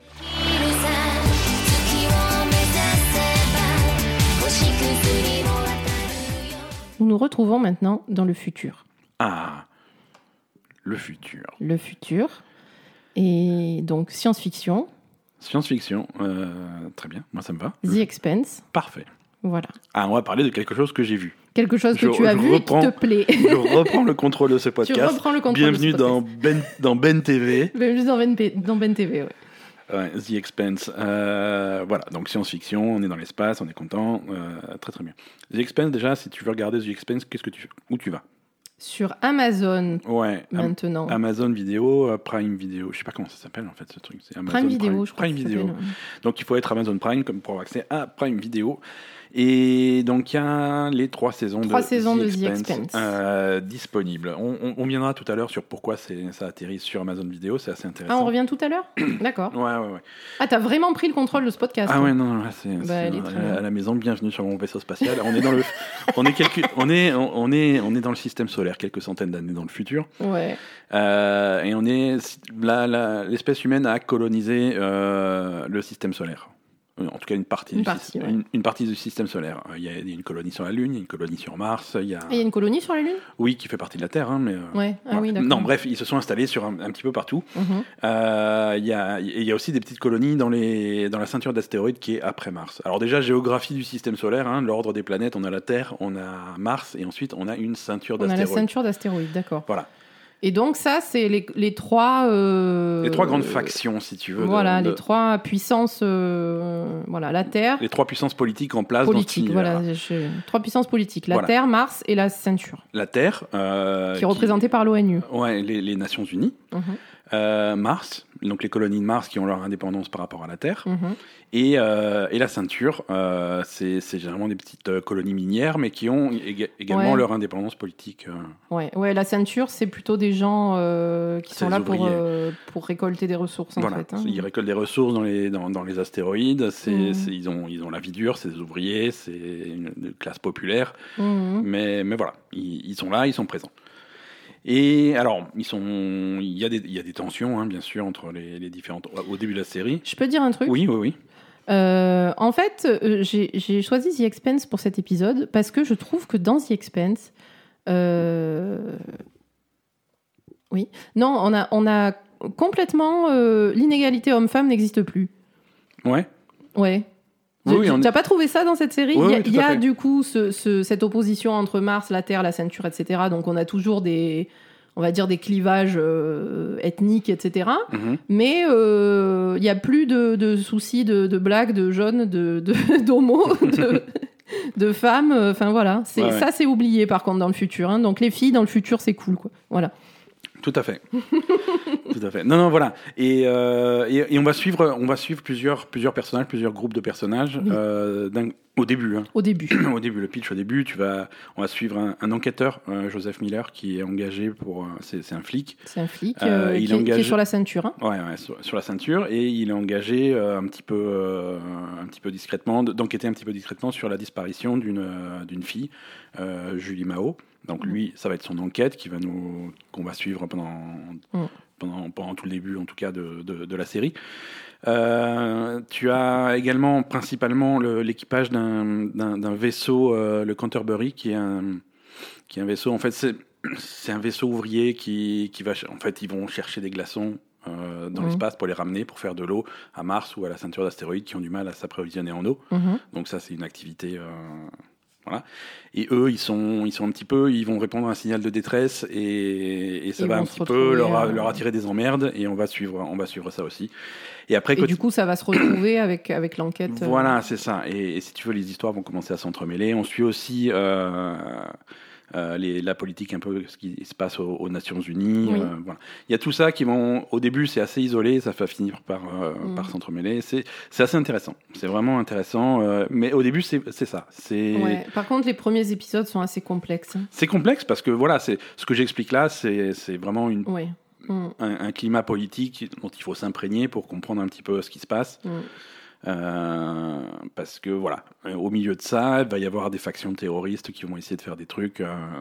Speaker 1: Nous nous retrouvons maintenant dans le futur.
Speaker 2: Ah, le futur.
Speaker 1: Le futur. Et donc, science-fiction.
Speaker 2: Science-fiction, très bien, moi ça me va.
Speaker 1: The Expanse.
Speaker 2: Parfait.
Speaker 1: Voilà.
Speaker 2: Ah, on va parler de quelque chose que j'ai vu.
Speaker 1: Quelque chose que tu as vu et qui te plaît.
Speaker 2: Je reprends le contrôle de ce podcast.
Speaker 1: Tu reprends le contrôle
Speaker 2: Bienvenue
Speaker 1: de ce podcast.
Speaker 2: dans Ben TV.
Speaker 1: Bienvenue dans Ben TV, oui.
Speaker 2: Ouais, The Expanse. Voilà, donc science-fiction, on est dans l'espace, on est content. Très très bien. The Expanse, déjà, si tu veux regarder The Expanse, où tu vas?
Speaker 1: Sur Amazon,
Speaker 2: Ouais,
Speaker 1: maintenant.
Speaker 2: Amazon Vidéo, Prime Vidéo. Je sais pas comment ça s'appelle en fait ce truc. C'est Amazon
Speaker 1: Prime Vidéo, je crois
Speaker 2: Prime
Speaker 1: que ça
Speaker 2: Vidéo.
Speaker 1: s'appelle.
Speaker 2: Donc il faut être Amazon Prime comme pour avoir accès à Prime Vidéo. Et donc il y a les 3 saisons
Speaker 1: de The Expanse
Speaker 2: disponibles. On viendra tout à l'heure sur pourquoi ça atterrit sur Amazon Vidéo, c'est assez intéressant.
Speaker 1: Ah, on revient tout à l'heure. D'accord.
Speaker 2: Ouais.
Speaker 1: Ah, t'as vraiment pris le contrôle de ce podcast.
Speaker 2: Ah ouais, non, là, c'est
Speaker 1: à
Speaker 2: la maison. Bienvenue sur mon vaisseau spatial. On est dans on est dans le système solaire, quelques centaines d'années dans le futur.
Speaker 1: Ouais.
Speaker 2: Et on est l'espèce humaine a colonisé le système solaire. En tout cas, une partie du système solaire. Il y a une colonie sur la Lune, il y a une colonie sur Mars. Il y a
Speaker 1: une colonie sur la Lune ?
Speaker 2: Oui, qui fait partie de la Terre. Mais,
Speaker 1: ouais. Ah oui, d'accord.
Speaker 2: Non, bref, ils se sont installés sur un petit peu partout. Il y a aussi des petites colonies dans la ceinture d'astéroïdes qui est après Mars. Alors déjà, géographie du système solaire, l'ordre des planètes, on a la Terre, on a Mars, et ensuite on a une ceinture d'astéroïdes.
Speaker 1: On a la ceinture d'astéroïdes, d'accord.
Speaker 2: Voilà.
Speaker 1: Et donc ça, c'est les trois...
Speaker 2: les 3 grandes factions, si tu veux.
Speaker 1: Voilà, les 3 puissances... voilà, la Terre...
Speaker 2: Les 3 puissances politiques en place
Speaker 1: dans
Speaker 2: cet univers.
Speaker 1: Voilà, 3 puissances politiques. La Terre, Mars et la ceinture.
Speaker 2: La Terre...
Speaker 1: qui est représentée par l'ONU.
Speaker 2: Ouais, les Nations Unies. Mars, donc les colonies de Mars qui ont leur indépendance par rapport à la Terre. Et la ceinture, c'est généralement des petites colonies minières, mais qui ont également leur indépendance politique.
Speaker 1: Ouais, la ceinture, c'est plutôt des gens qui sont là pour récolter des ressources, en fait.
Speaker 2: Ils récoltent des ressources dans les astéroïdes. Ils ont la vie dure, c'est des ouvriers, c'est une classe populaire. Mais voilà, ils sont là, ils sont présents. Et alors, il y a des tensions, bien sûr, entre les différentes... Au début de la série.
Speaker 1: Je peux dire un truc ?
Speaker 2: Oui.
Speaker 1: En fait, j'ai choisi The Expanse pour cet épisode parce que je trouve que dans The Expanse... Oui. Non, on a complètement... l'inégalité homme-femme n'existe plus.
Speaker 2: Ouais.
Speaker 1: Ouais. T'as pas trouvé ça dans cette série ? Il y a du coup cette opposition entre Mars, la Terre, la ceinture, etc. Donc on a toujours des clivages ethniques, etc. Mais il y a plus de soucis de blagues, de jeunes, d'homo, de femmes. Enfin voilà, ça c'est oublié par contre dans le futur. Donc les filles dans le futur c'est cool, quoi. Voilà.
Speaker 2: Tout à fait. Tout à fait. Non, voilà. Et on va suivre plusieurs personnages, plusieurs groupes de personnages. Oui. Au début.
Speaker 1: Au début,
Speaker 2: le pitch au début, on va suivre un enquêteur, Joseph Miller, qui est engagé c'est un flic.
Speaker 1: C'est un flic qui est sur la ceinture.
Speaker 2: Ouais, sur la ceinture, et il est engagé un petit peu discrètement, d'enquêter un petit peu discrètement sur la disparition d'une fille, Julie Mao. Donc lui, ça va être son enquête qu'on va suivre pendant tout le début, en tout cas, de la série. Tu as également principalement l'équipage d'un vaisseau, le Canterbury, qui est un vaisseau. En fait, c'est un vaisseau ouvrier qui va. En fait, ils vont chercher des glaçons dans l'espace pour les ramener, pour faire de l'eau à Mars ou à la ceinture d'astéroïdes qui ont du mal à s'approvisionner en eau. Donc ça, c'est une activité. Voilà. Et eux, ils vont répondre à un signal de détresse et ça va un petit peu leur attirer des emmerdes, et on va suivre ça aussi. Et après,
Speaker 1: du coup, ça va se retrouver avec l'enquête.
Speaker 2: Voilà, c'est ça. Et si tu veux, les histoires vont commencer à s'entremêler. On suit aussi la politique, un peu ce qui se passe aux Nations Unies.
Speaker 1: Oui.
Speaker 2: Voilà. Il y a tout ça au début, c'est assez isolé, ça va finir par s'entremêler. C'est assez intéressant. C'est vraiment intéressant. Mais au début, c'est ça.
Speaker 1: Ouais. Par contre, les premiers épisodes sont assez complexes.
Speaker 2: C'est complexe parce que voilà, ce que j'explique là, c'est vraiment un climat politique dont il faut s'imprégner pour comprendre un petit peu ce qui se passe. Parce que voilà, au milieu de ça, il va y avoir des factions terroristes qui vont essayer de faire des trucs.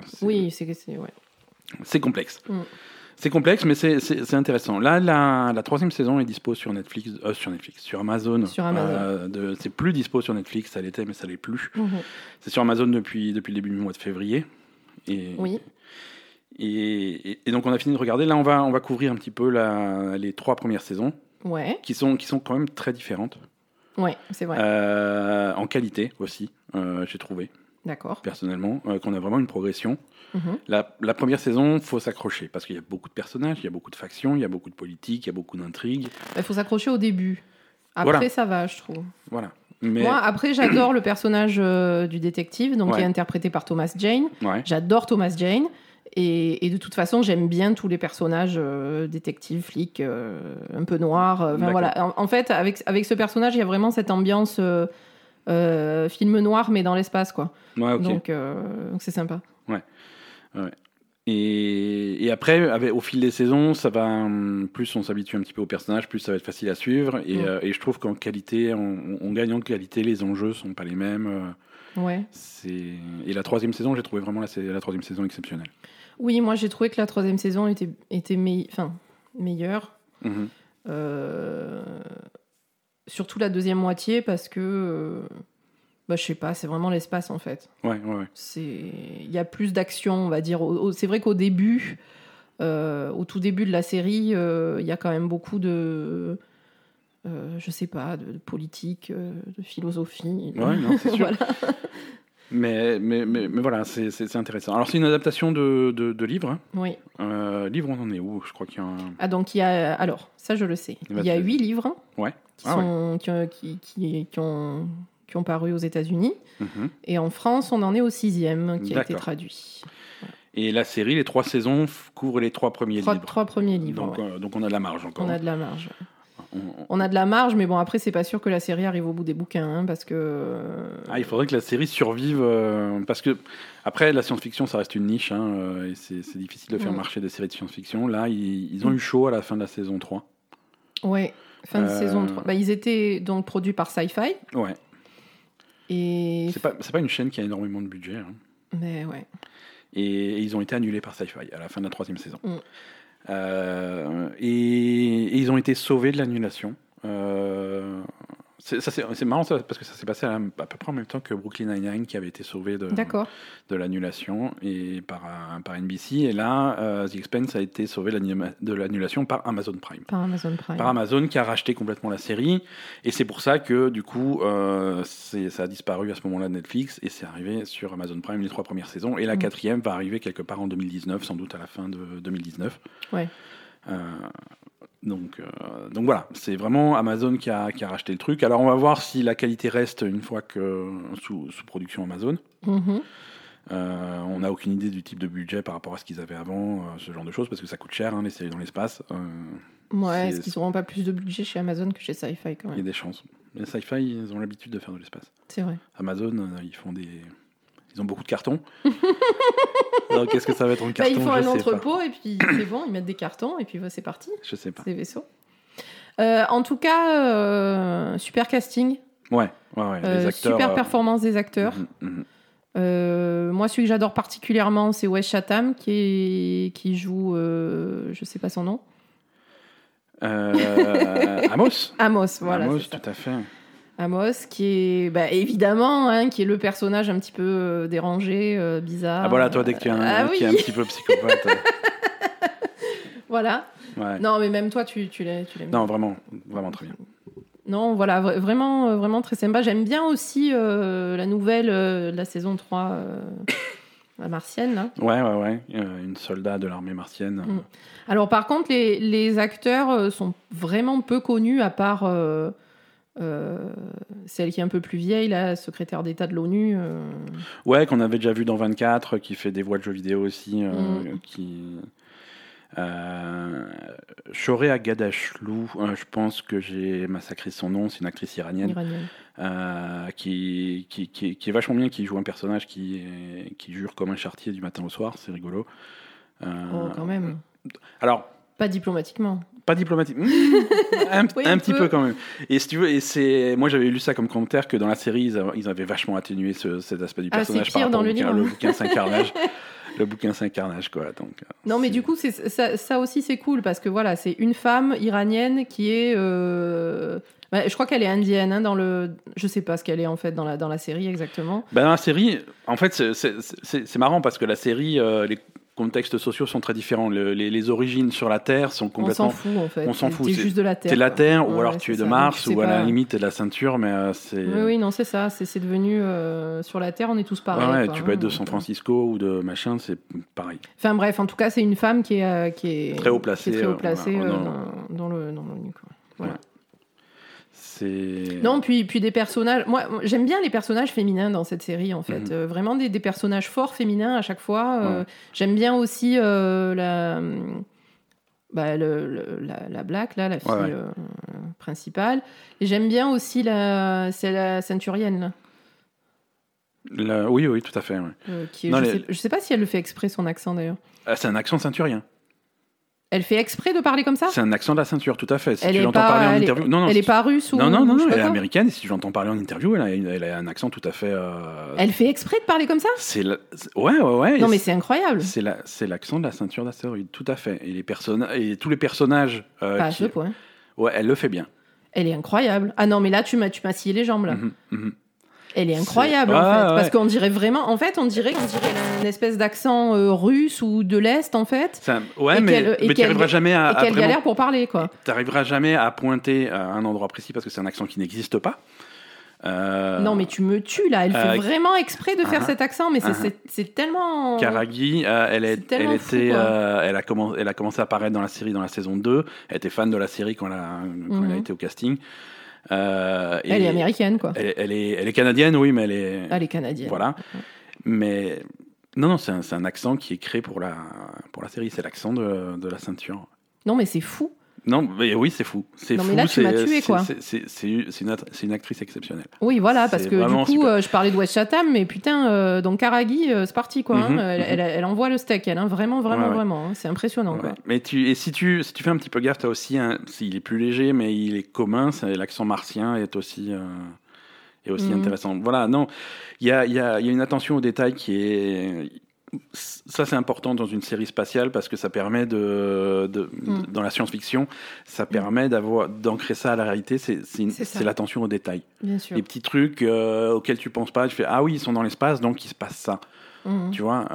Speaker 2: C'est complexe. C'est complexe, mais c'est intéressant. Là, la 3e saison est dispo sur Netflix, sur Amazon. C'est plus dispo sur Netflix, ça l'était, mais ça l'est plus. C'est sur Amazon depuis le début du mois de février. Et donc on a fini de regarder. Là, on va couvrir un petit peu les 3 premières saisons, qui sont quand même très différentes.
Speaker 1: Ouais, c'est vrai.
Speaker 2: En qualité aussi, j'ai trouvé.
Speaker 1: D'accord.
Speaker 2: personnellement, qu'on a vraiment une progression.
Speaker 1: Mhm.
Speaker 2: La première saison, faut s'accrocher parce qu'il y a beaucoup de personnages, il y a beaucoup de factions, il y a beaucoup de politique, il y a beaucoup d'intrigues.
Speaker 1: Il faut s'accrocher au début. Après,
Speaker 2: Voilà.
Speaker 1: ça va, je trouve.
Speaker 2: Voilà. Mais
Speaker 1: Moi, après, j'adore le personnage du détective, donc qui
Speaker 2: Ouais.
Speaker 1: est interprété par Thomas Jane.
Speaker 2: ouais,
Speaker 1: J'adore Thomas Jane. Et de toute façon, j'aime bien tous les personnages détectives, flics, un peu noirs. Enfin,
Speaker 2: D'accord.
Speaker 1: voilà. En fait, avec ce personnage, il y a vraiment cette ambiance film noir, mais dans l'espace, quoi.
Speaker 2: ouais, ok.
Speaker 1: Donc c'est sympa.
Speaker 2: Et après, au fil des saisons, ça va plus on s'habitue un petit peu au personnage, plus ça va être facile à suivre. Et je trouve qu'en qualité, on gagne en qualité. Les enjeux sont pas les mêmes.
Speaker 1: Ouais.
Speaker 2: Et la troisième saison, j'ai trouvé vraiment la troisième saison exceptionnelle.
Speaker 1: Oui, moi, j'ai trouvé que la troisième saison était meilleure.
Speaker 2: Mhm.
Speaker 1: Surtout la deuxième moitié, parce que... je sais pas, c'est vraiment l'espace, en fait.
Speaker 2: Ouais.
Speaker 1: Il y a plus d'action, on va dire. C'est vrai qu'au début, au tout début de la série, il y a quand même beaucoup de, je sais pas, de politique, de philosophie.
Speaker 2: Ouais, non, c'est sûr.
Speaker 1: Voilà.
Speaker 2: Mais voilà, c'est intéressant. Alors, c'est une adaptation de livres. Hein.
Speaker 1: Oui.
Speaker 2: Livre, on en est où? Je crois qu'il y a un...
Speaker 1: Ah, donc il y a... Alors, ça, je le sais. Il y a 8 livres
Speaker 2: Ouais.
Speaker 1: qui ont paru aux États-Unis.
Speaker 2: Mhm.
Speaker 1: Et en France, on en est au 6e qui a été
Speaker 2: D'accord.
Speaker 1: traduit.
Speaker 2: Et la série, les 3 saisons, couvrent les 3 premiers livres.
Speaker 1: 3 premiers livres.
Speaker 2: Donc,
Speaker 1: ouais.
Speaker 2: donc on a de la marge encore.
Speaker 1: On a de la marge.
Speaker 2: On-
Speaker 1: On a de la marge, mais bon, après, c'est pas sûr que la série arrive au bout des bouquins, hein, parce que...
Speaker 2: Ah, il faudrait que la série survive, parce que après la science-fiction, ça reste une niche, hein, et c'est difficile de faire marcher des séries de science-fiction. Là, ils ont eu chaud à la fin de la saison 3.
Speaker 1: Ouais, fin de saison 3. Ils étaient donc produits par Sci-Fi.
Speaker 2: Ouais.
Speaker 1: Et...
Speaker 2: C'est pas une chaîne qui a énormément de budget. Hein.
Speaker 1: Mais ouais.
Speaker 2: Et ils ont été annulés par Sci-Fi à la fin de la 3e saison.
Speaker 1: Mm.
Speaker 2: Et ils ont été sauvés de l'annulation. C'est marrant ça, parce que ça s'est passé à peu près en même temps que Brooklyn Nine-Nine qui avait été sauvé
Speaker 1: D'accord.
Speaker 2: de l'annulation et par NBC. Et là, The Expanse a été sauvé de l'annulation par Amazon Prime.
Speaker 1: Par Amazon Prime.
Speaker 2: Par Amazon qui a racheté complètement la série. Et c'est pour ça que du coup, ça a disparu à ce moment-là de Netflix et c'est arrivé sur Amazon Prime les 3 premières saisons. Et la 4e va arriver quelque part en 2019, sans doute à la fin de 2019.
Speaker 1: Ouais.
Speaker 2: Donc voilà, c'est vraiment Amazon qui a racheté le truc. Alors on va voir si la qualité reste une fois que sous production Amazon.
Speaker 1: Mhm.
Speaker 2: On n'a aucune idée du type de budget par rapport à ce qu'ils avaient avant, ce genre de choses, parce que ça coûte cher, hein, les séries dans l'espace.
Speaker 1: Ouais, est-ce qu'ils n'auront pas plus de budget chez Amazon que chez Sci-Fi quand
Speaker 2: Il y a
Speaker 1: même?
Speaker 2: des chances. Les Sci-Fi, ils ont l'habitude de faire de l'espace.
Speaker 1: C'est vrai.
Speaker 2: Amazon, ils ont beaucoup de cartons. Alors qu'est-ce que ça va être en carton?
Speaker 1: Ils font
Speaker 2: je
Speaker 1: un
Speaker 2: sais
Speaker 1: entrepôt et puis c'est bon, ils mettent des cartons et puis c'est parti.
Speaker 2: Je sais pas.
Speaker 1: C'est des vaisseaux. En tout cas, super casting.
Speaker 2: Ouais. Les acteurs.
Speaker 1: Super performance des acteurs. Moi, celui que j'adore particulièrement, c'est Wes Chatham qui joue, je sais pas son nom.
Speaker 2: Amos.
Speaker 1: Amos, voilà.
Speaker 2: Amos,
Speaker 1: c'est ça.
Speaker 2: tout à fait.
Speaker 1: Amos, qui est évidemment, hein, qui est le personnage un petit peu dérangé, bizarre.
Speaker 2: Ah voilà, toi, dès que tu es un petit peu psychopathe.
Speaker 1: Voilà.
Speaker 2: Ouais.
Speaker 1: Non, mais même toi, tu l'aimes.
Speaker 2: Non, vraiment très bien.
Speaker 1: Non, voilà, vraiment très sympa. J'aime bien aussi la nouvelle de la saison 3, la martienne. Là.
Speaker 2: Ouais. Une soldat de l'armée martienne.
Speaker 1: Alors, par contre, les acteurs sont vraiment peu connus, à part celle qui est un peu plus vieille, la secrétaire d'État de l'ONU.
Speaker 2: Ouais, qu'on avait déjà vu dans 24, qui fait des voix de jeux vidéo aussi. Shoreh Aghdashloo, je pense que j'ai massacré son nom, c'est une actrice iranienne. Qui est vachement bien, qui joue un personnage qui jure comme un charretier du matin au soir, c'est rigolo.
Speaker 1: Quand même.
Speaker 2: Alors,
Speaker 1: pas diplomatiquement.
Speaker 2: Pas diplomatique. Un petit peu quand même. Et si tu veux, moi j'avais lu ça comme commentaire que dans la série ils avaient vachement atténué cet aspect du personnage
Speaker 1: par rapport
Speaker 2: au
Speaker 1: bouquin.
Speaker 2: Le bouquin Saint-Carnage. Le bouquin Saint-Carnage, quoi. Donc,
Speaker 1: non, mais du coup, ça aussi c'est cool parce que voilà, c'est une femme iranienne qui est. Je crois qu'elle est indienne hein, je sais pas ce qu'elle est en fait dans la série exactement.
Speaker 2: Dans la série, en fait, c'est marrant parce que la série, contextes sociaux sont très différents. Les origines sur la Terre sont complètement...
Speaker 1: On s'en fout, en fait.
Speaker 2: On s'en fout.
Speaker 1: T'es juste de la Terre.
Speaker 2: T'es la Terre, ou alors
Speaker 1: ouais,
Speaker 2: tu es de
Speaker 1: ça.
Speaker 2: Mars,
Speaker 1: Donc,
Speaker 2: ou à la
Speaker 1: pas...
Speaker 2: limite, t'es de la ceinture, mais c'est...
Speaker 1: Oui, non, c'est ça. C'est devenu... sur la Terre, on est tous pareils.
Speaker 2: Ouais,
Speaker 1: quoi,
Speaker 2: tu peux être de San Francisco ou de machin, c'est pareil.
Speaker 1: Enfin bref, en tout cas, c'est une femme qui est
Speaker 2: très haut placée,
Speaker 1: dans le quoi. Voilà.
Speaker 2: Ouais. C'est...
Speaker 1: Non, puis des personnages... Moi, j'aime bien les personnages féminins dans cette série, en fait. Vraiment des personnages forts féminins à chaque fois. J'aime bien aussi la Black, là, la fille principale. Et j'aime bien aussi c'est la ceinturienne, là.
Speaker 2: Oui, tout à fait. Ouais.
Speaker 1: Je sais pas si elle le fait exprès, son accent, d'ailleurs.
Speaker 2: C'est un accent ceinturien.
Speaker 1: Elle fait exprès de parler comme ça ?
Speaker 2: C'est un accent de la ceinture, tout à fait. Si
Speaker 1: elle
Speaker 2: tu l'entends parler en interview...
Speaker 1: elle est pas russe ou...
Speaker 2: Non, elle est américaine, et si tu l'entends parler en interview, elle a un accent tout à fait...
Speaker 1: Elle fait exprès de parler comme ça ?
Speaker 2: Ouais.
Speaker 1: Non, mais c'est incroyable.
Speaker 2: C'est l'accent de la ceinture d'astéroïdes, tout à fait. Et tous les personnages...
Speaker 1: Pas à ce point.
Speaker 2: Ouais, elle le fait bien.
Speaker 1: Elle est incroyable. Ah non, mais là, tu m'as scié les jambes, là. Elle est incroyable, en fait. Parce qu'on dirait vraiment... En fait, on dirait une espèce d'accent russe ou de l'Est, en fait.
Speaker 2: Mais tu n'arriveras jamais à...
Speaker 1: Et qu'elle galère pour parler, quoi.
Speaker 2: Tu n'arriveras jamais à pointer à un endroit précis parce que c'est un accent qui n'existe pas.
Speaker 1: Non, mais tu me tues, là. Elle fait vraiment exprès de faire cet accent, mais c'est tellement...
Speaker 2: Karagi, elle a commencé à apparaître dans la série dans la saison 2. Elle était fan de la série quand elle a été au casting.
Speaker 1: Elle est américaine, quoi.
Speaker 2: Elle est canadienne, oui, mais
Speaker 1: elle est canadienne.
Speaker 2: Voilà. Mais non, c'est un accent qui est créé pour la série. C'est l'accent de la ceinture.
Speaker 1: Non, mais c'est fou.
Speaker 2: Non, mais oui, c'est fou.
Speaker 1: Non, mais là, tu m'as tué, quoi.
Speaker 2: C'est une actrice exceptionnelle.
Speaker 1: Oui, voilà, parce que du coup, je parlais de West Chatham, mais putain, donc Karagi, c'est parti, quoi. Elle envoie le steak, elle, hein, vraiment. Hein, c'est impressionnant, quoi.
Speaker 2: Mais si tu fais un petit peu gaffe, t'as aussi il est plus léger, mais il est commun. L'accent martien est aussi intéressant. Voilà, non, il y a une attention au détail qui est... Ça, c'est important dans une série spatiale parce que ça permet dans la science-fiction, ça permet d'ancrer ça à la réalité. C'est l'attention au détail.
Speaker 1: Bien sûr.
Speaker 2: Les petits trucs auxquels tu penses pas. Tu fais ah oui, ils sont dans l'espace, donc il se passe ça. Tu vois,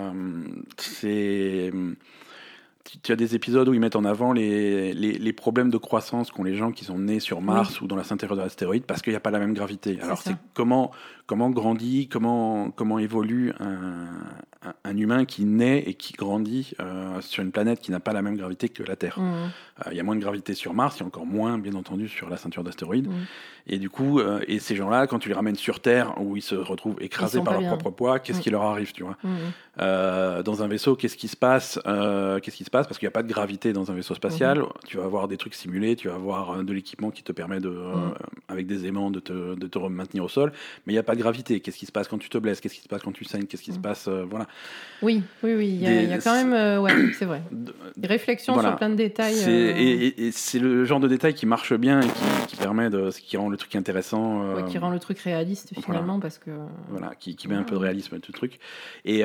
Speaker 2: tu as des épisodes où ils mettent en avant les problèmes de croissance qu'ont les gens qui sont nés sur Mars ou dans la ceinture de l'astéroïde parce qu'il n'y a pas la même gravité. Alors c'est comment grandit, comment évolue un humain qui naît et qui grandit sur une planète qui n'a pas la même gravité que la Terre. Il y a moins de gravité sur Mars, il y a encore moins, bien entendu, sur la ceinture d'astéroïdes. Et du coup, et ces gens-là, quand tu les ramènes sur Terre, où ils se retrouvent écrasés par leur propre poids, qu'est-ce qui leur arrive, tu vois dans un vaisseau, qu'est-ce qui se passe parce qu'il n'y a pas de gravité dans un vaisseau spatial. Tu vas avoir des trucs simulés, tu vas avoir de l'équipement qui te permet avec des aimants de te maintenir au sol, mais il n'y a pas de gravité. Qu'est-ce qui se passe quand tu te blesses? Qu'est-ce qui se passe quand tu saignes? Qu'est-ce qui se passe voilà.
Speaker 1: Oui, il y a quand même, c'est vrai, des réflexions sur plein de détails.
Speaker 2: Et c'est le genre de détail qui marche bien et qui rend le truc intéressant.
Speaker 1: Qui rend le truc réaliste finalement, parce que...
Speaker 2: Voilà, qui met un peu de réalisme dans tout le truc. Et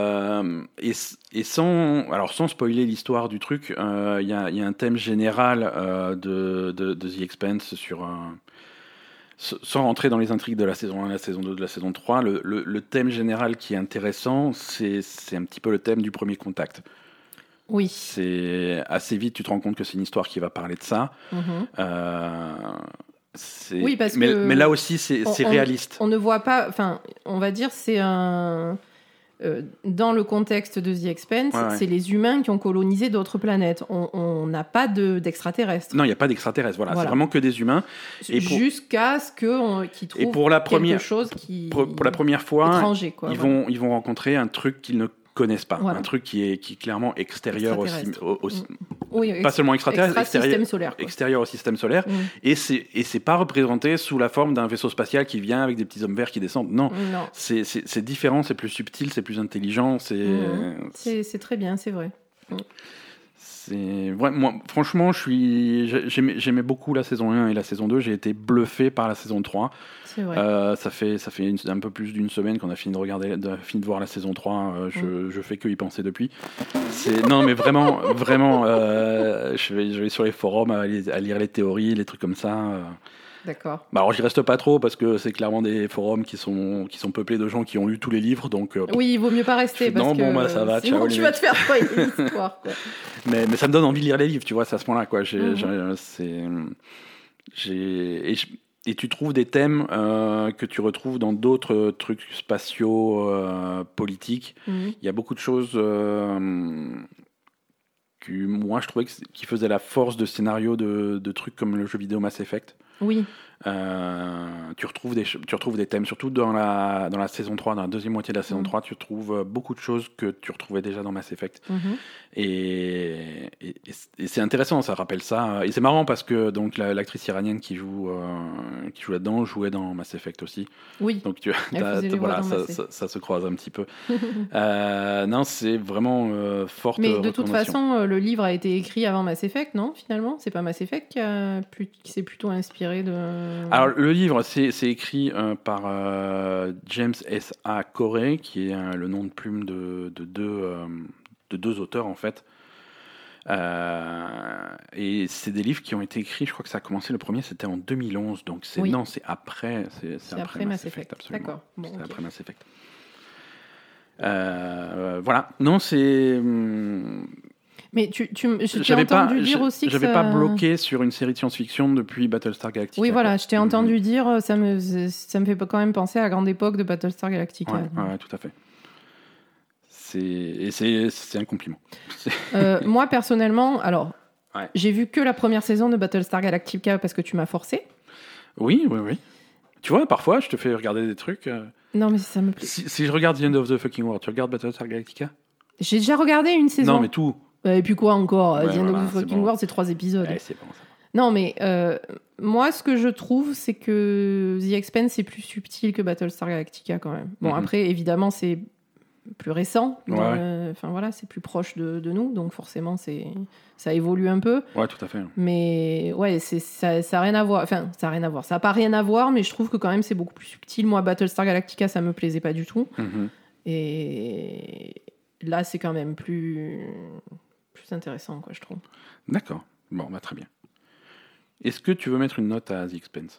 Speaker 2: sans spoiler l'histoire du truc, il y a un thème général de The Expanse sans rentrer dans les intrigues de la saison 1, la saison 2, de la saison 3, le thème général qui est intéressant, c'est un petit peu le thème du premier contact.
Speaker 1: Oui.
Speaker 2: C'est assez vite, tu te rends compte que c'est une histoire qui va parler de ça.
Speaker 1: Oui, parce
Speaker 2: mais,
Speaker 1: que...
Speaker 2: Mais là aussi, c'est réaliste.
Speaker 1: On ne voit pas... Enfin, on va dire, c'est un... dans le contexte de The Expanse, c'est les humains qui ont colonisé d'autres planètes. On n'a pas d'extraterrestres.
Speaker 2: Non, il n'y a pas d'extraterrestres. Voilà. C'est vraiment que des humains.
Speaker 1: Jusqu'à ce qu'ils trouvent quelque chose qui
Speaker 2: pour la première fois,
Speaker 1: étranger, quoi,
Speaker 2: ils vont rencontrer un truc qu'ils ne connaissent pas. Un truc qui est clairement extérieur pas seulement extraterrestre, extérieur au système solaire. Et c'est pas représenté sous la forme d'un vaisseau spatial qui vient avec des petits hommes verts qui descendent. Non. C'est différent, c'est plus subtil, c'est plus intelligent.
Speaker 1: C'est très bien, c'est vrai.
Speaker 2: Moi, franchement, j'aimais beaucoup la saison 1 et la saison 2. J'ai été bluffé par la saison 3.
Speaker 1: C'est vrai.
Speaker 2: Ça fait un peu plus d'une semaine qu'on a fini de voir la saison 3. Je fais que y penser depuis. Non, mais vraiment, je vais sur les forums à lire les théories, les trucs comme ça.
Speaker 1: D'accord.
Speaker 2: Bah alors j'y reste pas trop parce que c'est clairement des forums qui sont peuplés de gens qui ont lu tous les livres, donc
Speaker 1: Oui, il vaut mieux pas rester parce
Speaker 2: non,
Speaker 1: que
Speaker 2: bon, bah, ça va,
Speaker 1: sinon
Speaker 2: ciao,
Speaker 1: tu
Speaker 2: les
Speaker 1: vas
Speaker 2: mecs.
Speaker 1: te faire spoiler l'histoire, quoi.
Speaker 2: mais ça me donne envie de lire les livres, tu vois, c'est à ce point-là, quoi.
Speaker 1: Mhm.
Speaker 2: Et tu trouves des thèmes que tu retrouves dans d'autres trucs spatiaux, politiques.
Speaker 1: Mhm.
Speaker 2: Il y a beaucoup de choses que moi je trouvais qui faisaient la force de scénario de trucs comme le jeu vidéo Mass Effect.
Speaker 1: Oui.
Speaker 2: Tu retrouves des thèmes, surtout dans la saison 3, dans la deuxième moitié de la saison 3, tu trouves beaucoup de choses que tu retrouvais déjà dans Mass Effect.
Speaker 1: Mhm.
Speaker 2: Et c'est intéressant, ça rappelle ça. Et c'est marrant parce que donc, l'actrice iranienne qui joue là-dedans jouait dans Mass Effect aussi.
Speaker 1: Oui.
Speaker 2: Donc
Speaker 1: Elle faisait les voix
Speaker 2: voilà,
Speaker 1: dans Mass Effect.
Speaker 2: ça se croise un petit peu. Non, c'est vraiment forte
Speaker 1: Mais de toute
Speaker 2: recommandation.
Speaker 1: façon, le livre a été écrit avant Mass Effect, non? Finalement, c'est pas Mass Effect qui s'est plutôt inspiré de.
Speaker 2: Alors, le livre, c'est écrit par James S. A. Corey, qui est le nom de plume de deux auteurs, en fait. Et c'est des livres qui ont été écrits, je crois que ça a commencé, le premier, c'était en 2011. Donc,
Speaker 1: Oui.
Speaker 2: non, c'est après, c'est
Speaker 1: après Mass Effect.
Speaker 2: absolument.
Speaker 1: D'accord. Bon,
Speaker 2: C'est
Speaker 1: ok.
Speaker 2: après Mass Effect. Voilà. Non, c'est...
Speaker 1: Mais je t'ai entendu dire aussi que
Speaker 2: j'avais
Speaker 1: ça...
Speaker 2: pas bloqué sur une série de science-fiction depuis Battlestar Galactica.
Speaker 1: Oui, voilà,
Speaker 2: quoi.
Speaker 1: je t'ai entendu dire, ça me fait quand même penser à la grande époque de Battlestar Galactica.
Speaker 2: Ouais, tout à fait. C'est un compliment.
Speaker 1: Moi, personnellement, alors,
Speaker 2: Ouais.
Speaker 1: j'ai vu que la première saison de Battlestar Galactica parce que tu m'as forcé.
Speaker 2: Oui. Tu vois, parfois, je te fais regarder des trucs.
Speaker 1: Non, mais ça me plaît.
Speaker 2: Si je regarde The End of the Fucking World, tu regardes Battlestar Galactica?
Speaker 1: J'ai déjà regardé une saison.
Speaker 2: Non, mais tout.
Speaker 1: Et puis quoi encore?
Speaker 2: Ouais,
Speaker 1: The End
Speaker 2: voilà,
Speaker 1: of the
Speaker 2: c'est
Speaker 1: Fucking
Speaker 2: bon.
Speaker 1: World, c'est 3 épisodes.
Speaker 2: Ouais, c'est bon, ça.
Speaker 1: Non, mais moi, ce que je trouve, c'est que The Expanse est plus subtil que Battlestar Galactica quand même. Bon,
Speaker 2: Mhm.
Speaker 1: après, évidemment, c'est plus récent.
Speaker 2: Ouais.
Speaker 1: Enfin voilà, c'est plus proche de nous, donc forcément, ça évolue un peu.
Speaker 2: Ouais, tout à fait.
Speaker 1: Mais ouais, ça a rien à voir. Enfin, ça a rien à voir. Ça a pas rien à voir, mais je trouve que quand même, c'est beaucoup plus subtil. Moi, Battlestar Galactica, ça me plaisait pas du tout.
Speaker 2: Mhm.
Speaker 1: Et là, c'est quand même plus intéressant, quoi, je trouve.
Speaker 2: D'accord. Bon, bah, très bien. Est-ce que tu veux mettre une note à The Expanse?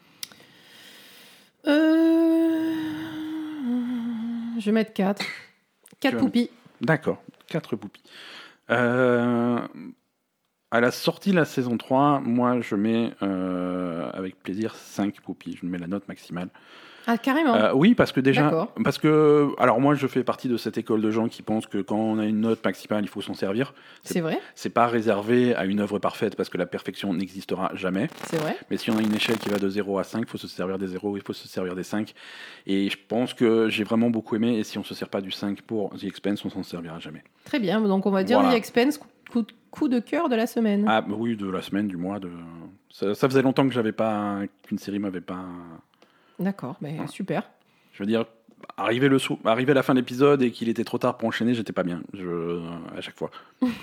Speaker 1: Je vais mettre 4. 4
Speaker 2: vas
Speaker 1: poupies.
Speaker 2: D'accord. 4 poupies. À la sortie de la saison 3, moi, je mets avec plaisir 5 poupies. Je mets la note maximale.
Speaker 1: Ah, carrément.
Speaker 2: Oui, parce que déjà...
Speaker 1: D'accord.
Speaker 2: Parce que... Alors, moi, je fais partie de cette école de gens qui pensent que quand on a une note maximale, il faut s'en servir.
Speaker 1: C'est vrai.
Speaker 2: C'est pas réservé à une œuvre parfaite, parce que la perfection n'existera jamais.
Speaker 1: C'est vrai.
Speaker 2: Mais si on a une échelle qui va de 0 à 5, il faut se servir des 0, il faut se servir des 5. Et je pense que j'ai vraiment beaucoup aimé, et si on se sert pas du 5 pour The Expanse, on s'en servira jamais.
Speaker 1: Très bien. Donc, on va dire
Speaker 2: Voilà.
Speaker 1: The Expanse, coup de cœur de la semaine.
Speaker 2: Ah oui, de la semaine, du mois. Ça faisait longtemps que qu'une série m'avait pas...
Speaker 1: D'accord, mais
Speaker 2: Voilà.
Speaker 1: super.
Speaker 2: Je veux dire, arriver à la fin de l'épisode et qu'il était trop tard pour enchaîner, j'étais pas bien. À chaque fois.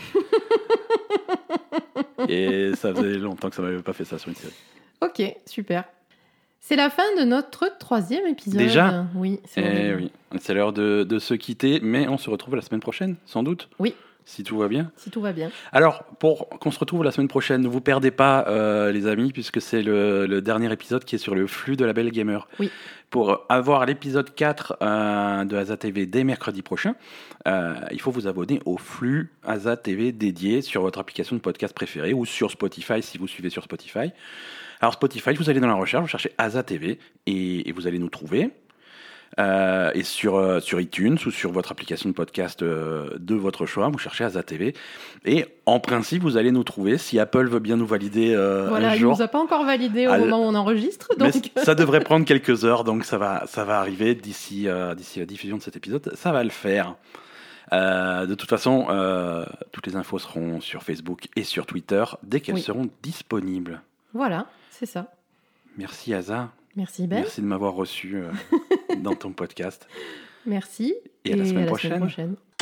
Speaker 2: Et ça faisait longtemps que ça m'avait pas fait ça sur une série.
Speaker 1: Ok, super. C'est la fin de notre 3e épisode.
Speaker 2: Déjà ?
Speaker 1: Oui, c'est
Speaker 2: Eh
Speaker 1: horrible.
Speaker 2: oui, c'est l'heure de se quitter, mais on se retrouve la semaine prochaine, sans doute.
Speaker 1: Oui.
Speaker 2: Si tout va bien.
Speaker 1: Si tout va bien.
Speaker 2: Alors, pour qu'on se retrouve la semaine prochaine, ne vous perdez pas, les amis, puisque c'est le dernier épisode qui est sur le flux de la Belle Gamer.
Speaker 1: Oui.
Speaker 2: Pour avoir l'épisode 4 de Aza TV dès mercredi prochain, il faut vous abonner au flux Aza TV dédié sur votre application de podcast préférée ou sur Spotify si vous suivez sur Spotify. Alors Spotify, vous allez dans la recherche, vous cherchez Aza TV et vous allez nous trouver. Et sur iTunes ou sur votre application de podcast de votre choix, vous cherchez Aza TV. Et en principe, vous allez nous trouver si Apple veut bien nous valider
Speaker 1: Voilà,
Speaker 2: un
Speaker 1: il
Speaker 2: jour.
Speaker 1: nous a pas encore validé au moment où on enregistre.
Speaker 2: Mais
Speaker 1: Donc...
Speaker 2: ça devrait prendre quelques heures, donc ça va arriver d'ici la diffusion de cet épisode. Ça va le faire. De toute façon, toutes les infos seront sur Facebook et sur Twitter dès qu'elles seront disponibles.
Speaker 1: Voilà, c'est ça.
Speaker 2: Merci Aza.
Speaker 1: Merci Ben.
Speaker 2: Merci de m'avoir reçu dans ton podcast.
Speaker 1: Merci.
Speaker 2: Et à la semaine prochaine.